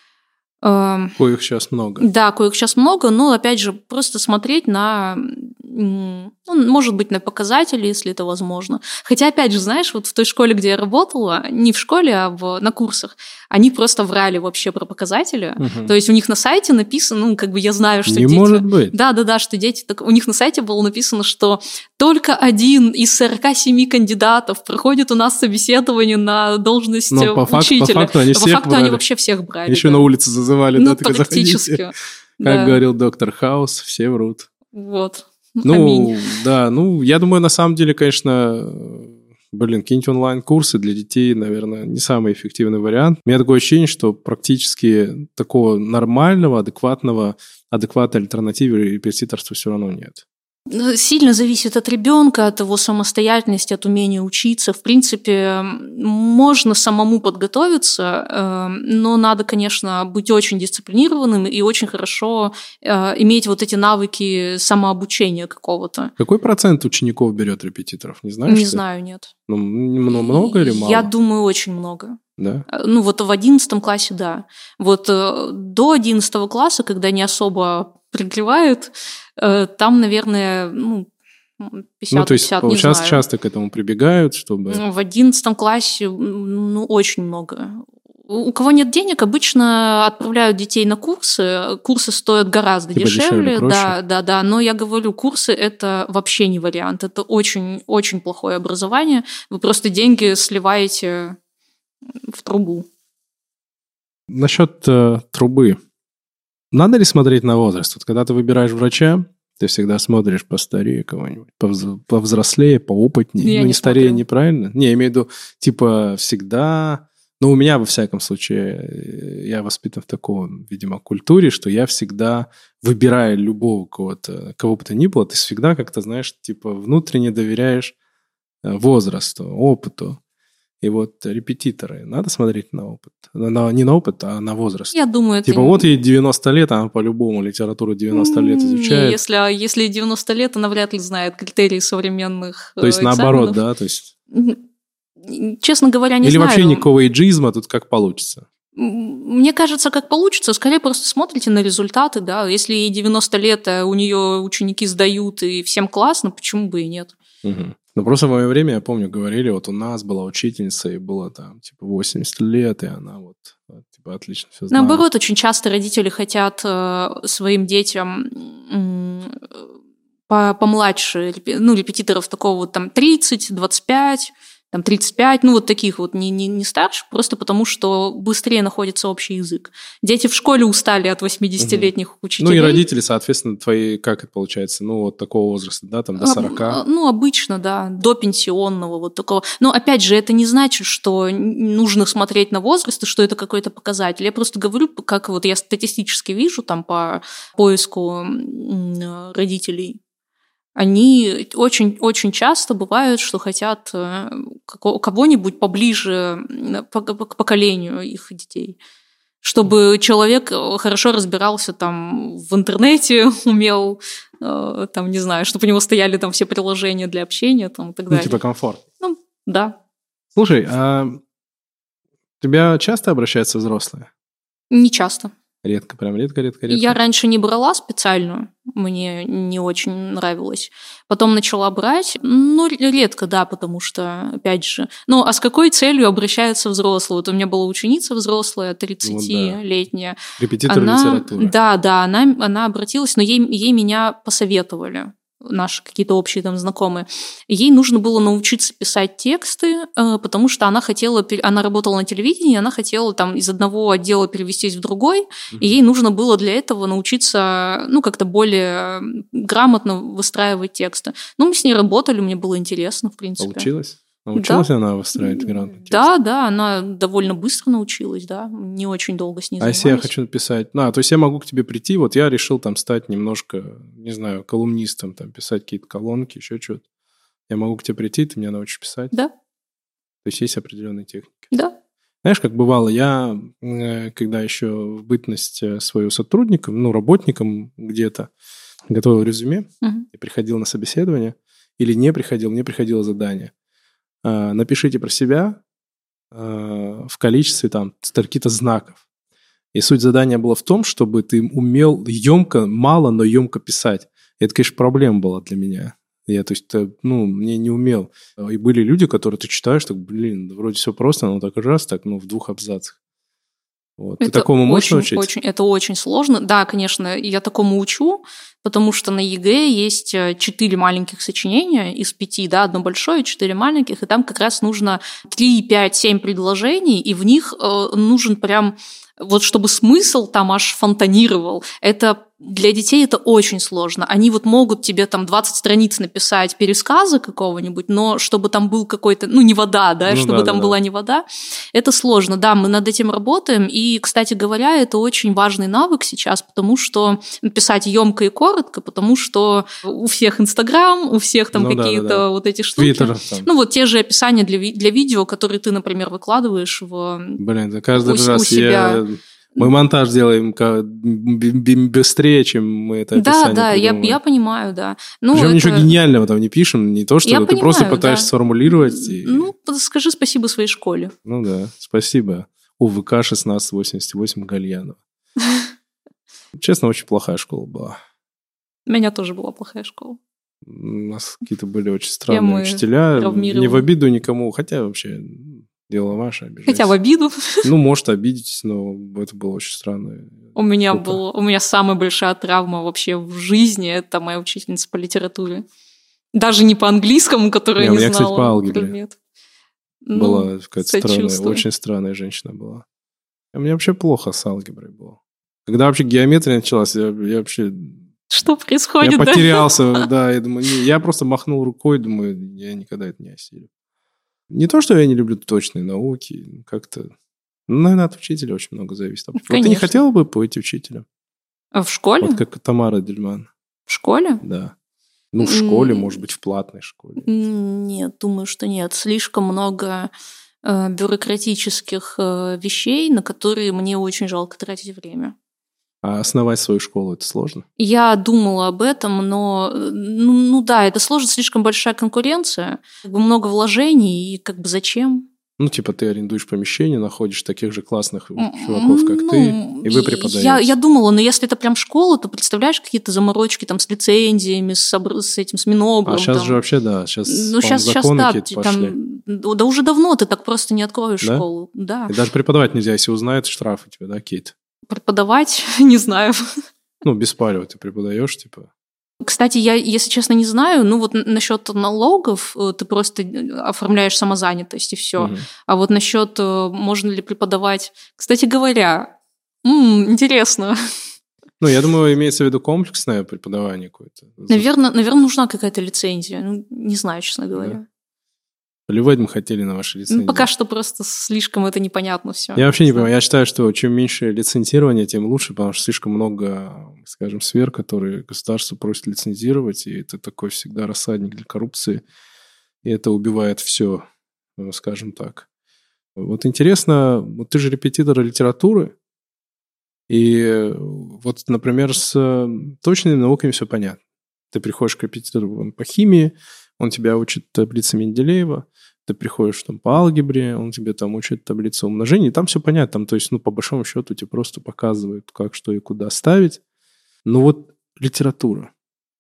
Коих сейчас много. Да, коих сейчас много, но, опять же, просто смотреть на, ну, может быть, на показатели, если это возможно. Хотя, опять же, знаешь, вот в той школе, где я работала, не в школе, а в, на курсах, они просто врали вообще про показатели. Угу. То есть у них на сайте написано, ну, как бы я знаю, что не дети... Не может быть. Да-да-да, что дети... Так, у них на сайте было написано, что только один из сорока семи кандидатов проходит у нас собеседование на должность но по учителя. По факту они по всех факту брали. Они вообще всех брали. Еще да. на улице зазывали, ну, да, так практически. Как да. говорил доктор Хаус, все врут. Вот. Ну, Аминь. да, ну, я думаю, на самом деле, конечно, Блин, какие-нибудь онлайн-курсы для детей, наверное, не самый эффективный вариант. У меня такое ощущение, что практически такого нормального, адекватного, адекватной альтернативы репетиторству все равно нет. Сильно зависит от ребенка, от его самостоятельности, от умения учиться. В принципе, можно самому подготовиться, но надо, конечно, быть очень дисциплинированным и очень хорошо иметь вот эти навыки самообучения какого-то. Какой процент учеников берет репетиторов? Не знаешь? Не ты? знаю, нет. Ну, много или мало? Я думаю, очень много. Да? Ну, вот в одиннадцатом классе, да. Вот до одиннадцатого класса, когда не особо пригревают, там, наверное, ну, пятьдесят Ну, то есть, пятьдесят, не сейчас знаю. часто к этому прибегают, чтобы... В одиннадцатом классе, ну, очень много. У кого нет денег, обычно отправляют детей на курсы. Курсы стоят гораздо Типа дешевле. дешевле, да, да, да. Но я говорю, курсы – это вообще не вариант. Это очень-очень плохое образование. Вы просто деньги сливаете в трубу. Насчет э, трубы. Надо ли смотреть на возраст? Вот когда ты выбираешь врача, ты всегда смотришь постарее кого-нибудь, повз- повзрослее, поопытнее. Я ну, не, не старее, смотрю. неправильно. Не, я имею в виду, типа, всегда... Ну, у меня, во всяком случае, я воспитан в таком, видимо, культуре, что я всегда, выбирая любого кого-то, кого бы то ни было, ты всегда как-то, знаешь, типа, внутренне доверяешь возрасту, опыту. И вот репетиторы, надо смотреть на опыт. На, не на опыт, а на возраст. Я думаю, это... Типа вот ей девяносто лет, она по-любому литературу девяносто лет изучает. Не, если, если девяносто лет, она вряд ли знает критерии современных То есть экзаменов. наоборот, да? То есть... Честно говоря, не Или знаю. Или вообще никакого эйджизма, тут как получится? Мне кажется, как получится. Скорее просто смотрите на результаты, да. Если ей девяносто лет, а у нее ученики сдают, и всем классно, почему бы и нет? Угу. Ну, просто в мое время, я помню, говорили, вот у нас была учительница, и было там, типа, восемьдесят лет, и она вот, типа, отлично все знала. Наоборот, очень часто родители хотят э, своим детям э, помладше, ну, репетиторов такого вот там тридцать, двадцать пять, там тридцать пять, ну, вот таких вот, не, не, не старше, просто потому что быстрее находится общий язык. Дети в школе устали от восьмидесятилетних угу. учителей. Ну, и родители, соответственно, твои, как это получается, ну, вот такого возраста, да, там, до сорока? Ну, обычно, да, до пенсионного вот такого. Но, опять же, это не значит, что нужно смотреть на возраст, и что это какой-то показатель. Я просто говорю, как вот я статистически вижу там по поиску родителей. Они очень-очень часто бывают, что хотят кого-нибудь поближе к поколению их детей, чтобы человек хорошо разбирался там в интернете, умел, там, не знаю, чтобы у него стояли там все приложения для общения там, и так далее. Ну, типа комфорт. Ну, да. Слушай, а тебя часто обращаются взрослые? Не часто. Редко, прям редко, редко, редко. Я раньше не брала специальную, мне не очень нравилось. Потом начала брать, ну, редко, да, потому что, опять же... Ну, а с какой целью обращаются взрослые? Вот у меня была ученица взрослая, тридцатилетняя. Вот, да. Репетитор она, литературы. Да, да, она, она обратилась, но ей, ей меня посоветовали. Наши какие-то общие там знакомые. Ей нужно было научиться писать тексты, потому что она хотела, она работала на телевидении, она хотела там из одного отдела перевестись в другой, mm-hmm. и ей нужно было для этого научиться, ну, как-то более грамотно выстраивать тексты. Ну, мы с ней работали, мне было интересно, в принципе. Получилось? Научилась да. она выстраивать грамотный текст? Да, да, она довольно быстро научилась, да, не очень долго с ней занимались. А если я хочу написать... Ну, то есть я могу к тебе прийти, вот я решил там стать немножко, не знаю, колумнистом, там, писать какие-то колонки, еще что-то. Я могу к тебе прийти, ты меня научишь писать? Да. То есть есть определенные техники? Да. Знаешь, как бывало, я, когда еще в бытность свою сотрудником, ну, работником где-то, готовил резюме, угу. и приходил на собеседование, или не приходил, мне приходило задание. Напишите про себя в количестве там столько-то знаков. И суть задания была в том, чтобы ты умел емко, мало, но емко писать. И это, конечно, проблема была для меня. Я, то есть, ну, мне не умел. И были люди, которые ты читаешь, так, блин, вроде все просто, но так раз, так, ну, в двух абзацах. Вот. Ты такому можешь научиться? Очень, это очень сложно. Да, конечно, я такому учу, потому что на ЕГЭ есть четыре маленьких сочинения из пяти, да, одно большое, четыре маленьких, и там как раз нужно три, пять, семь предложений, и в них э, нужен прям... Вот чтобы смысл там аж фонтанировал, это Для детей это очень сложно. Они вот могут тебе там двадцать страниц написать пересказа какого-нибудь, но чтобы там был какой-то, ну, не вода, да, ну, чтобы да, там да, была да. не вода, это сложно. Да, мы над этим работаем, и, кстати говоря, это очень важный навык сейчас, потому что писать емко и коротко, потому что у всех Инстаграм, у всех там ну, какие-то да, да, да. вот эти штуки. Твиттер, ну, вот те же описания для, ви- для видео, которые ты, например, выкладываешь в Блин, да каждый у, раз у себя... я... Мы монтаж делаем быстрее, чем мы это описание Да, да, я, я понимаю, да. Ну, Причем это... ничего гениального там не пишем, не то, что я ты понимаю, просто пытаешься да. сформулировать. И... Ну, скажи спасибо своей школе. Ну да, спасибо. УВК шестнадцать восемьдесят восемь Гальянова. Честно, очень плохая школа была. У меня тоже была плохая школа. У нас какие-то были очень странные учителя. Не в обиду никому, хотя вообще... Дело ваше, обижайтесь. Хотя в обиду. Ну, может, обидеть, но это было очень странно. У меня, был, у меня самая большая травма вообще в жизни – это моя учительница по литературе. Даже не по английскому, которую я не, не знала. У меня, кстати, по алгебре предмет. Была ну, какая-то странная, очень странная женщина была. У меня вообще плохо с алгеброй было. Когда вообще геометрия началась, я, я вообще... Что происходит, Я да? потерялся, да. Я, думаю, не, я просто махнул рукой, думаю, я никогда это не осилю. Не то, что я не люблю точные науки, как-то... Ну, наверное, от учителя очень много зависит. Вот ты не хотела бы быть учителем? А в школе? Вот как Тамара Дельман. В школе? Да. Ну, в школе, может быть, в платной школе. Нет, думаю, что нет. Слишком много э, бюрократических э, вещей, на которые мне очень жалко тратить время. А основать свою школу – это сложно? Я думала об этом, но, ну, ну да, это сложно, слишком большая конкуренция, как бы много вложений, и как бы зачем? Ну, типа ты арендуешь помещение, находишь таких же классных чуваков, как ну, ты, и вы преподаете. Я, я думала, но если это прям школа, то представляешь какие-то заморочки там с лицензиями, с, с этим, с Минобром. А сейчас там. же вообще, да, сейчас, ну, сейчас, законы сейчас, какие-то да, пошли. Там, да уже давно ты так просто не откроешь да? школу. Да. И даже преподавать нельзя, если узнают, штрафы тебе, да, какие-то? Преподавать? Не знаю. Ну, без палева ты преподаешь, типа... Кстати, я, если честно, не знаю. Ну, вот насчет налогов ты просто оформляешь самозанятость, и все. Угу. А вот насчет можно ли преподавать... Кстати говоря, м-м, интересно. Ну, я думаю, имеется в виду комплексное преподавание какое-то. Наверное, наверное нужна какая-то лицензия. Ну, не знаю, честно говоря. Да. Плевать мы хотели на ваши лицензии. Ну, пока что просто слишком это непонятно все. Я вообще не понимаю. Я считаю, что чем меньше лицензирования, тем лучше, потому что слишком много, скажем, сфер, которые государство просит лицензировать, и это такой всегда рассадник для коррупции, и это убивает все, скажем так. Вот интересно, вот ты же репетитор литературы, и вот, например, с точными науками все понятно. Ты приходишь к репетитору по химии, он тебя учит таблице Менделеева, ты приходишь там по алгебре, он тебе там учит таблицу умножения, и там все понятно, там, то есть, ну, по большому счету тебе просто показывают, как, что и куда ставить. Но вот литература.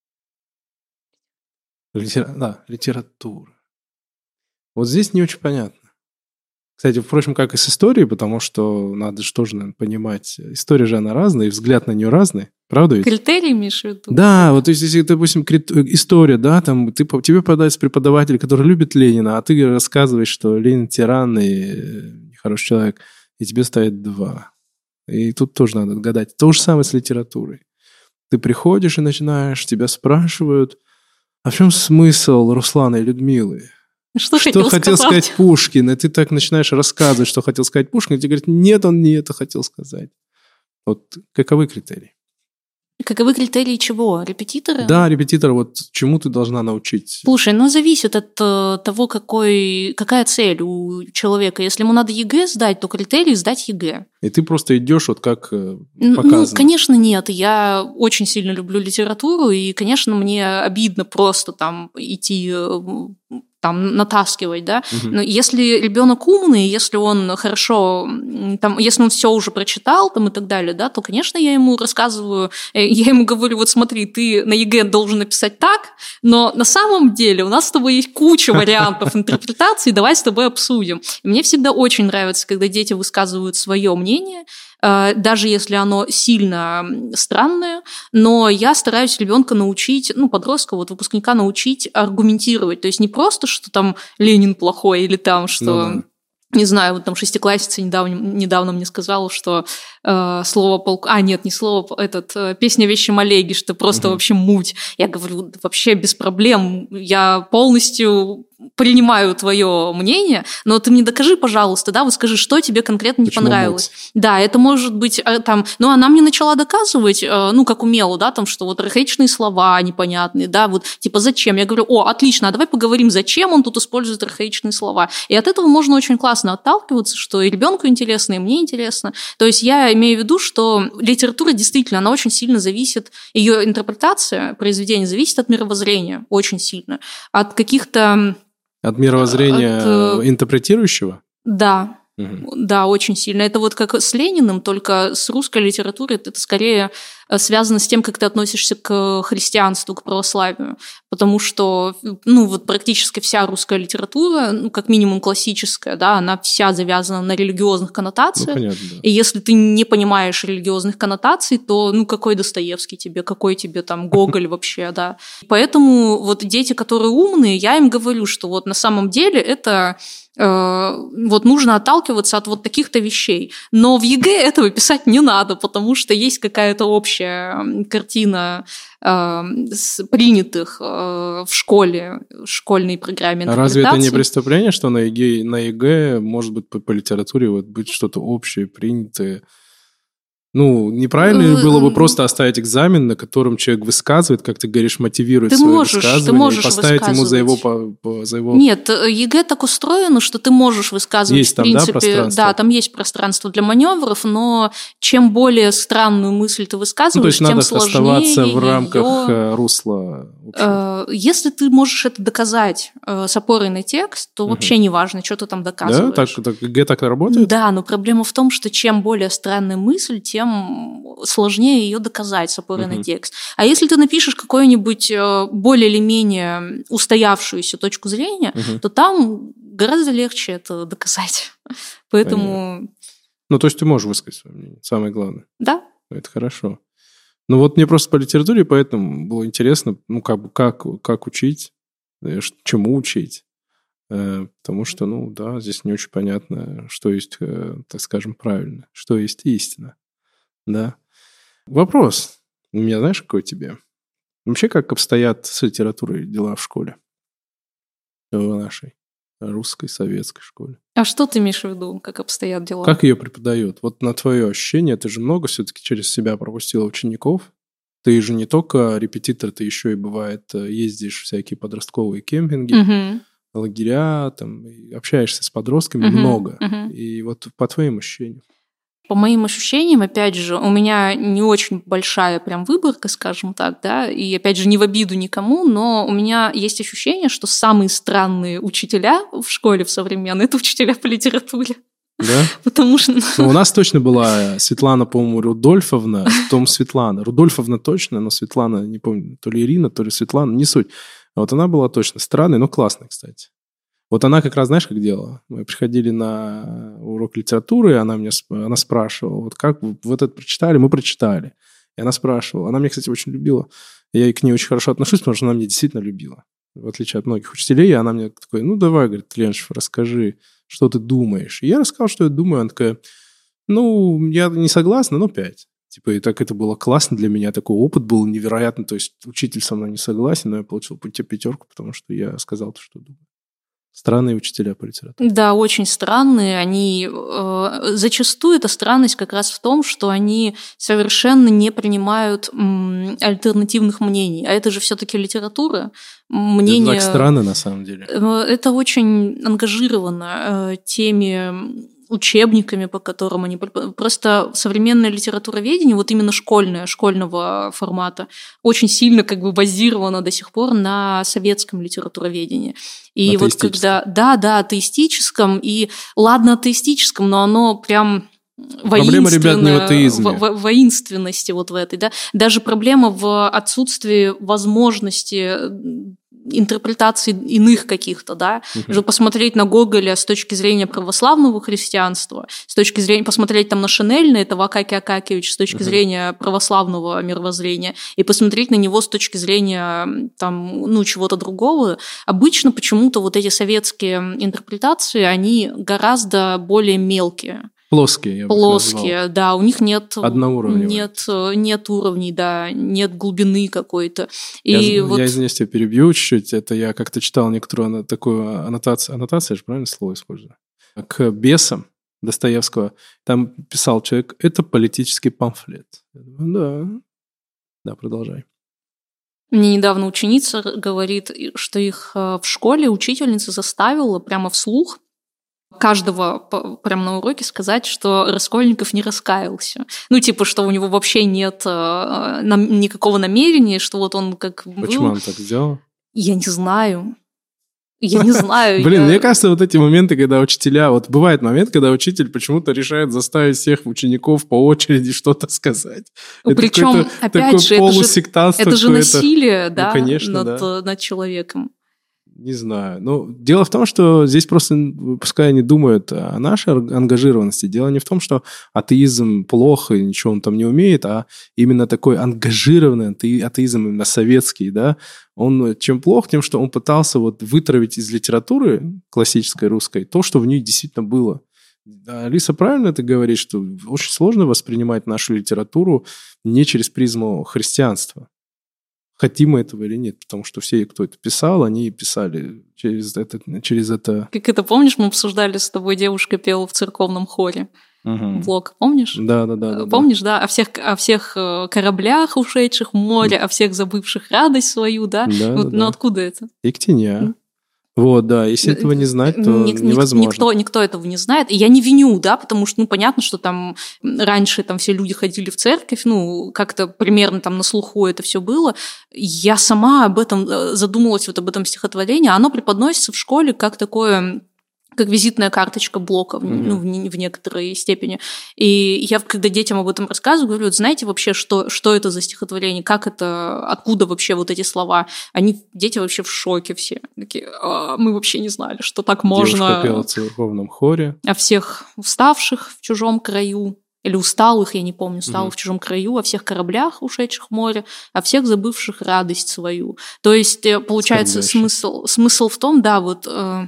Литера... Да, литература. Вот здесь не очень понятно. Кстати, впрочем, как и с историей, потому что надо же тоже, наверное, понимать, история же она разная, и взгляд на нее разный, правда ведь? Критерии имеешь в виду? Да, вот то есть, если, допустим, история, да, там, ты, тебе попадается преподаватель, который любит Ленина, а ты рассказываешь, что Ленин тиран и нехороший человек, и тебе ставят два. И тут тоже надо гадать. То же самое с литературой. Ты приходишь и начинаешь, тебя спрашивают, а в чем смысл Руслана и Людмилы? Что, что хотел, хотел сказать? сказать Пушкин? И ты так начинаешь рассказывать, что хотел сказать Пушкин, и тебе говорят, нет, он не это хотел сказать. Вот каковы критерии? Каковы критерии чего? Репетитора? Да, репетитор, вот чему ты должна научить? Слушай, ну зависит от э, того, какой, какая цель у человека. Если ему надо ЕГЭ сдать, то критерий сдать ЕГЭ. И ты просто идешь вот как э, показано. Ну, конечно, нет. Я очень сильно люблю литературу, и, конечно, мне обидно просто там идти... Э, там натаскивать, да. Угу. Но если ребенок умный, если он хорошо, там, если он все уже прочитал, там и так далее, да, то, конечно, я ему рассказываю, я ему говорю, вот смотри, ты на ЕГЭ должен написать так, но на самом деле у нас с тобой есть куча вариантов интерпретации, давай с тобой обсудим. И мне всегда очень нравится, когда дети высказывают свое мнение, даже если оно сильно странное, но я стараюсь ребенка научить, ну, подростка, вот выпускника научить аргументировать, то есть не просто, что там Ленин плохой или там, что... Ну, да. Не знаю, вот там шестиклассница недавно, недавно мне сказала, что э, слово полк... А, нет, не слово, этот, э, песня «Вещем Олеги», что просто угу. вообще муть. Я говорю, вообще без проблем, я полностью принимаю твое мнение, но ты мне докажи, пожалуйста, да, вот скажи, что тебе конкретно не Почему понравилось. муть? Да, это может быть там... Ну, она мне начала доказывать, э, ну, как умела, да, там, что вот архаичные слова непонятные, да, вот типа зачем? Я говорю, о, отлично, а давай поговорим, зачем он тут использует архаичные слова. И от этого можно очень классно отталкиваться, что и ребенку интересно, и мне интересно. То есть я имею в виду, что литература действительно, она очень сильно зависит, ее интерпретация произведения зависит от мировоззрения, очень сильно. От каких-то... От мировоззрения от... интерпретирующего? Да. Угу. Да, очень сильно. Это вот как с Лениным, только с русской литературой это скорее связано с тем, как ты относишься к христианству, к православию. Потому что, ну, вот практически вся русская литература, ну, как минимум классическая, да, она вся завязана на религиозных коннотациях. Ну, понятно, да. И если ты не понимаешь религиозных коннотаций, то, ну, какой Достоевский тебе, какой тебе там Гоголь вообще, да. Поэтому вот дети, которые умные, я им говорю, что вот на самом деле это... вот нужно отталкиваться от вот таких-то вещей. Но в ЕГЭ этого писать не надо, потому что есть какая-то общая картина э, принятых э, в школе, в школьной программе интерпретации. А разве это не преступление, что на ЕГЭ, на ЕГЭ может быть по, по литературе вот быть что-то общее, принятое? Ну, неправильно ли было бы просто оставить экзамен, на котором человек высказывает, как ты говоришь, мотивирует ты свое можешь, высказывание, ты можешь и поставить ему за его, по, по, за его... Нет, ЕГЭ так устроено, что ты можешь высказывать, есть в принципе... Там, да, пространство? Да, там есть пространство для маневров, но чем более странную мысль ты высказываешь, ну, то есть тем надо сложнее оставаться в рамках ее... русла. Если ты можешь это доказать с опорой на текст, то угу. вообще не важно, что ты там доказываешь. Да? Так, так, ЕГЭ так работает? Да, но проблема в том, что чем более странная мысль, тем... сложнее ее доказать с опорой uh-huh. на текст. А если ты напишешь какую-нибудь более или менее устоявшуюся точку зрения, uh-huh. то там гораздо легче это доказать. Поэтому... Понятно. Ну, то есть ты можешь высказать свое мнение, самое главное. Да. Это хорошо. Ну, вот мне просто по литературе, поэтому было интересно, ну, как бы, как, как учить, чему учить. Потому что, ну, да, здесь не очень понятно, что есть, так скажем, правильно, что есть истина. Да. Вопрос у меня, знаешь, какой тебе? Вообще, как обстоят с литературой дела в школе? В нашей русской, советской школе. А что ты имеешь в виду, как обстоят дела? Как ее преподают? Вот на твое ощущение, ты же много все-таки через себя пропустила учеников. Ты же не только репетитор, ты еще и, бывает, ездишь в всякие подростковые кемпинги, угу. лагеря, там, общаешься с подростками угу. много. Угу. И вот по твоим ощущениям. По моим ощущениям, опять же, у меня не очень большая прям выборка, скажем так, да, и, опять же, не в обиду никому, но у меня есть ощущение, что самые странные учителя в школе в современной – это учителя по литературе. Да? Потому что... Ну, у нас точно была Светлана, по-моему, Рудольфовна, потом Светлана. Рудольфовна точно, но Светлана, не помню, то ли Ирина, то ли Светлана, не суть. А вот она была точно странной, но классной, кстати. Вот она как раз, знаешь, как делала? Мы приходили на урок литературы, и она меня она спрашивала, вот как вы вот это прочитали? Мы прочитали. И она спрашивала. Она меня, кстати, очень любила. Я к ней очень хорошо отношусь, потому что она меня действительно любила. В отличие от многих учителей, и она мне такой, ну, давай, говорит, Леншев, расскажи, что ты думаешь. И я рассказал, что я думаю. Она такая, ну, я не согласна, но пять. Типа, и так это было классно для меня, такой опыт был невероятный. То есть учитель со мной не согласен, но я получил пятерку, потому что я сказал то, что думаю. Странные учителя по литературе. Да, очень странные. Они э, зачастую эта странность как раз в том, что они совершенно не принимают м, альтернативных мнений. А это же все-таки литература. Мнение, это так странно на самом деле. Э, это очень ангажировано э, теми учебниками, по которым они... Просто современное литературоведение, вот именно школьное, школьного формата, очень сильно как бы базировано до сих пор на советском литературоведении. И вот когда... Да, да, атеистическом. И ладно, атеистическом, но оно прям... Проблема, ребят, не в атеизме. Во- во- воинственности вот в этой, да. Даже проблема в отсутствии возможности интерпретаций иных каких-то, да, uh-huh. посмотреть на Гоголя с точки зрения православного христианства, с точки зрения, посмотреть там на Шинельна, это Акакий Акакиевич, с точки uh-huh. зрения православного мировоззрения, и посмотреть на него с точки зрения там, ну, чего-то другого. Обычно почему-то вот эти советские интерпретации, они гораздо более мелкие. Плоские, я бы Плоские, назвал. Да, у них нет, Одноуровневые. Нет, нет уровней, да, нет глубины какой-то. И я, вот... я, извините, тебя перебью чуть-чуть. Это я как-то читал некоторую такую аннотацию. Аннотация, я же правильно слово использую? К бесам Достоевского. Там писал человек, это политический памфлет. Да, да, продолжай. Мне недавно ученица говорит, что их в школе учительница заставила прямо вслух каждого прямо на уроке сказать, что Раскольников не раскаялся. Ну, типа, что у него вообще нет э, никакого намерения, что вот он как был... Почему он так сделал? Я не знаю. Я не знаю. Блин, я... мне кажется, вот эти моменты, когда учителя... Вот бывает момент, когда учитель почему-то решает заставить всех учеников по очереди что-то сказать. Причем, опять же, это же, это же насилие, да, ну, конечно, над, да. над человеком. Не знаю. Ну, дело в том, что здесь просто, пускай они думают о нашей ангажированности, дело не в том, что атеизм плохо и ничего он там не умеет, а именно такой ангажированный атеизм, именно советский, да, он чем плох, тем, что он пытался вот вытравить из литературы классической русской то, что в ней действительно было. Алиса правильно это говорит, что очень сложно воспринимать нашу литературу не через призму христианства. Хотим мы этого или нет, потому что все, кто это писал, они писали через это, через это... Как это, помнишь, мы обсуждали с тобой, девушка пела в церковном хоре. Угу. Блог, помнишь? Да, да, да. Помнишь, да, да? О всех, о всех кораблях, ушедших в море, о всех забывших радость свою, да? да вот, да, ну да. откуда это? Иктиня. Вот, да, если этого не знать, то Ник- невозможно. Никто, никто этого не знает. И я не виню, да, потому что, ну, понятно, что там раньше там все люди ходили в церковь, ну, как-то примерно там на слуху это все было. Я сама об этом задумалась, вот об этом стихотворении. Оно преподносится в школе как такое... как визитная карточка Блока, mm-hmm. ну, в, в некоторой степени. И я, когда детям об этом рассказываю, говорю, вот знаете вообще, что, что это за стихотворение, как это, откуда вообще вот эти слова? Они, дети вообще в шоке все. Такие, а, мы вообще не знали, что так можно... Девушка пела в церковном хоре. О всех уставших в чужом краю, или усталых, я не помню, усталых mm-hmm. в чужом краю, о всех кораблях, ушедших в море, о всех забывших радость свою. То есть, получается, смысл, смысл в том, да, вот...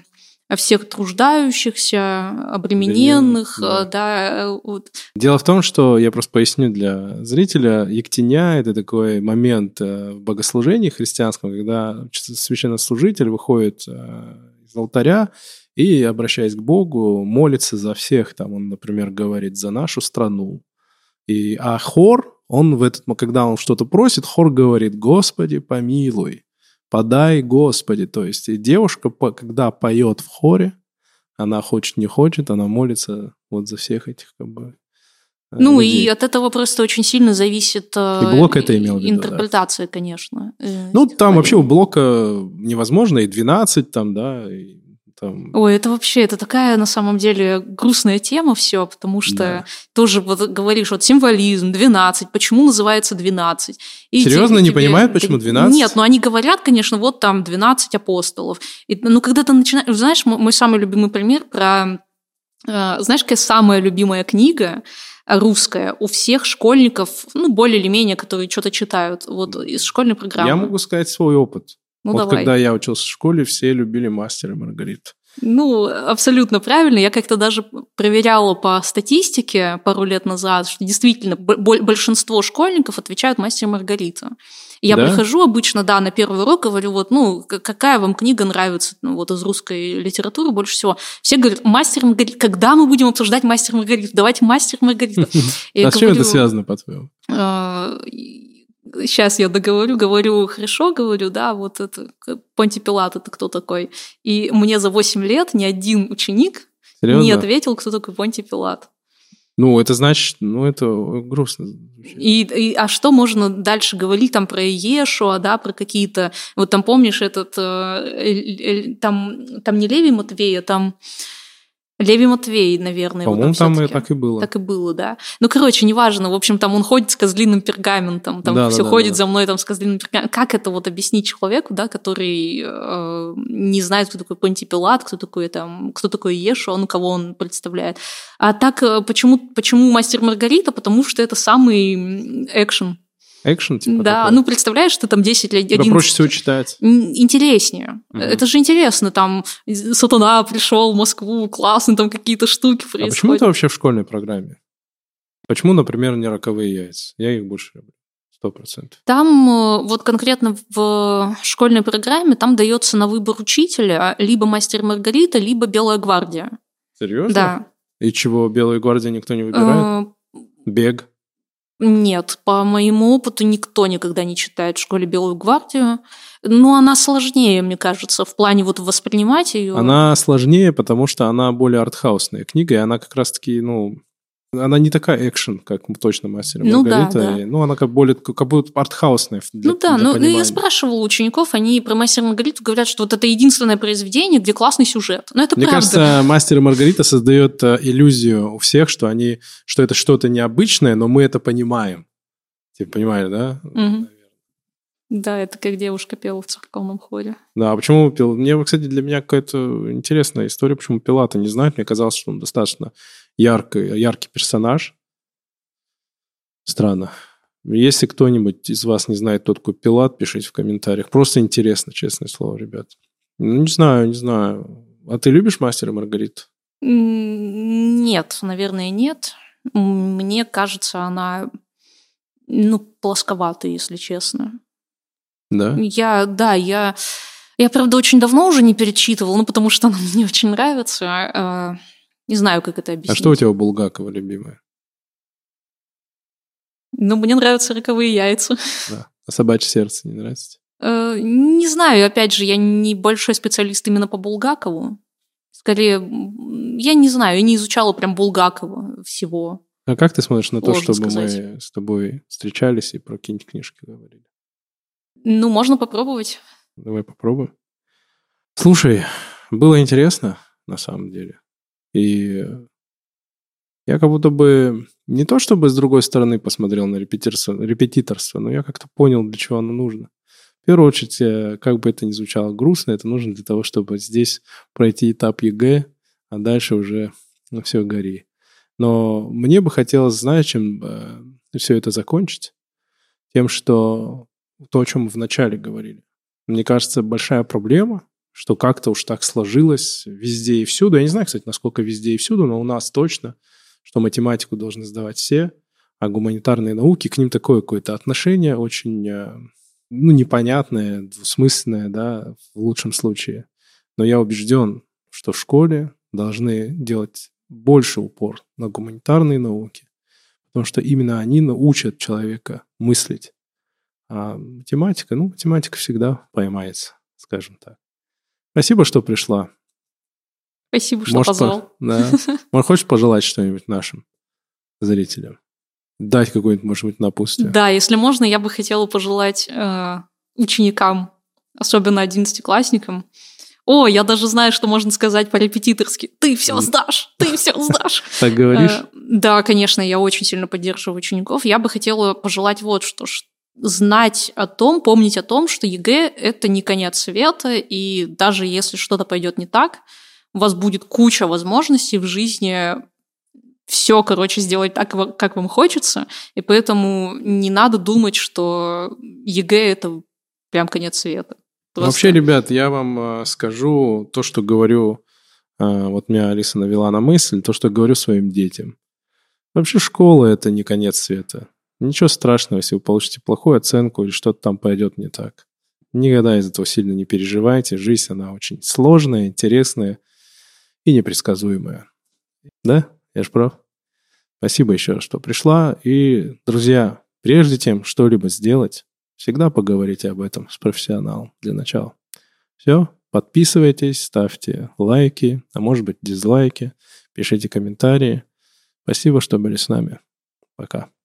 о всех труждающихся, обремененных, да. да вот. Дело в том, что, я просто поясню для зрителя, Ектиня – это такой момент в богослужении христианском, когда священнослужитель выходит из алтаря и, обращаясь к Богу, молится за всех. Там он, например, говорит «за нашу страну». И, а хор, он в этот, когда он что-то просит, хор говорит «Господи, помилуй». «Подай, Господи». То есть и девушка, когда поет в хоре, она хочет, не хочет, она молится вот за всех этих как бы Ну людей. И от этого просто очень сильно зависит и Блок это имел в виду, интерпретация, да. конечно. Ну, там вообще у Блока невозможно и двенадцать там, да, и там... Ой, это вообще, это такая на самом деле грустная тема все, потому что да. тоже вот говоришь, вот символизм, двенадцать, почему называется двенадцать? И Серьезно, тебе, не тебе... понимают, почему двенадцать? Нет, ну они говорят, конечно, вот там двенадцать апостолов. И, ну, когда ты начинаешь... Знаешь, мой самый любимый пример про... Знаешь, какая самая любимая книга русская у всех школьников, ну, более или менее, которые что-то читают, вот из школьной программы? Я могу сказать свой опыт. Ну, вот давай. Когда я учился в школе, все любили «Мастера и Маргариту». Ну, абсолютно правильно. Я как-то даже проверяла по статистике пару лет назад, что действительно большинство школьников отвечают «Мастер и Маргарита». И я да? прихожу обычно, да, на первый урок, говорю, вот, ну, какая вам книга нравится, ну, вот из русской литературы больше всего. Все говорят, «Мастер и Маргарита». Когда мы будем обсуждать «Мастер и Маргариту»? Давайте «Мастер и Маргарита». А с чем это связано, по-твоему? Сейчас я договорю, говорю, хорошо, говорю, да, вот это Понтий Пилат, это кто такой? И мне за восемь лет ни один ученик Серьезно? не ответил, кто такой Понтий Пилат. Ну, это значит, ну, это грустно. И, и, а что можно дальше говорить там про Иешуа, да, про какие-то... Вот там, помнишь, этот... Э, э, э, там, там не Левий Матвей, а там... Леви Матвей, наверное. По-моему, там и так и было. Так и было, да. Ну, короче, неважно. В общем, там он ходит с козлиным пергаментом, там да, все да, ходит да, за мной там с козлиным пергаментом. Как это вот объяснить человеку, да, который э, не знает, кто такой Понтий Пилат, кто такой, там, кто такой Иешуа, ну, кого он представляет. А так, почему, почему «Мастер и Маргарита»? Потому что это самый экшен. Экшен, типа? Да, такой? Ну, представляешь, что там десять лет... одиннадцать... проще всего читать. Интереснее. Угу. Это же интересно, там сатана пришел в Москву, классно, там какие-то штуки происходят. А почему это вообще в школьной программе? Почему, например, не «Роковые яйца»? Я их больше люблю. Сто процентов. Там вот конкретно в школьной программе там дается на выбор учителя либо «Мастер и Маргарита», либо «Белая гвардия». Серьезно? Да. И чего, «Белую гвардию» никто не выбирает? Бег? Нет, по моему опыту никто никогда не читает в школе «Белую гвардию». Но она сложнее, мне кажется, в плане вот воспринимать ее. Она сложнее, потому что она более артхаусная книга, и она как раз-таки, ну, она не такая экшен, как точно «Мастер и ну, Маргарита». Да, да. Ну, она как более, как будто артхаусная. Для, ну да, для ну понимания. Я спрашивала учеников, они про «Мастера и Маргариту» говорят, что вот это единственное произведение, где классный сюжет. Но это Мне правда. кажется, «Мастер и Маргарита» создает иллюзию у всех, что они, что это что-то необычное, но мы это понимаем. Ты понимаешь, да? Угу. Да, это как девушка пела в церковном хоре. Да, а почему Пил... Мне, кстати, для меня какая-то интересная история, почему Пилата не знает. Мне казалось, что он достаточно яркий, яркий персонаж. Странно. Если кто-нибудь из вас не знает, кто такой Пилат, пишите в комментариях. Просто интересно, честное слово, ребят. Ну, не знаю, не знаю. А ты любишь «Мастера и Маргариту»? Нет, наверное, нет. Мне кажется, она... Ну, плосковатый, если честно. Да? Я, да, я, я, правда, очень давно уже не перечитывала, ну, потому что она мне не очень нравится. А, не знаю, как это объяснить. А что у тебя у Булгакова любимое? Ну, мне нравятся «Роковые яйца». Да. А «Собачье сердце» не нравится? А, не знаю, опять же, я не большой специалист именно по Булгакову. Скорее, я не знаю, я не изучала прям Булгакова всего. А как ты смотришь на то, Сложно чтобы сказать. мы с тобой встречались и про какие-нибудь книжки говорили? Ну, можно попробовать. Давай попробуем. Слушай, было интересно, на самом деле. И я как будто бы не то чтобы с другой стороны посмотрел на репетиторство, репетиторство, но я как-то понял, для чего оно нужно. В первую очередь, как бы это ни звучало грустно, это нужно для того, чтобы здесь пройти этап ЕГЭ, а дальше уже ну, все гори. Но мне бы хотелось, знаешь, чем э, все это закончить? Тем, что то, о чем мы вначале говорили. Мне кажется, большая проблема, что как-то уж так сложилось везде и всюду. Я не знаю, кстати, насколько везде и всюду, но у нас точно, что математику должны сдавать все, а гуманитарные науки, к ним такое какое-то отношение очень э, ну, непонятное, двусмысленное, да, в лучшем случае. Но я убежден, что в школе должны делать больше упор на гуманитарные науки, потому что именно они научат человека мыслить. А математика, ну, математика всегда поймается, скажем так. Спасибо, что пришла. Спасибо, что Может, позвал. По... Да. Может, хочешь пожелать что-нибудь нашим зрителям? Дать какое-нибудь, может быть, напутствие? Да, если можно, я бы хотела пожелать э, ученикам, особенно одиннадцатиклассникам. О, я даже знаю, что можно сказать по-репетиторски. Ты все сдашь, ты все сдашь. Так говоришь? Да, конечно, я очень сильно поддерживаю учеников. Я бы хотела пожелать вот что. Знать о том, помнить о том, что ЕГЭ – это не конец света, и даже если что-то пойдет не так, у вас будет куча возможностей в жизни все, короче, сделать так, как вам хочется, и поэтому не надо думать, что ЕГЭ – это прям конец света. Просто... Вообще, ребят, я вам скажу то, что говорю, вот меня Алиса навела на мысль, то, что говорю своим детям. Вообще школа – это не конец света. Ничего страшного, если вы получите плохую оценку или что-то там пойдет не так. Никогда из этого сильно не переживайте. Жизнь, она очень сложная, интересная и непредсказуемая. Да? Я же прав? Спасибо еще раз, что пришла. И, друзья, прежде чем что-либо сделать, всегда поговорите об этом с профессионалом для начала. Все, подписывайтесь, ставьте лайки, а может быть дизлайки, пишите комментарии. Спасибо, что были с нами. Пока.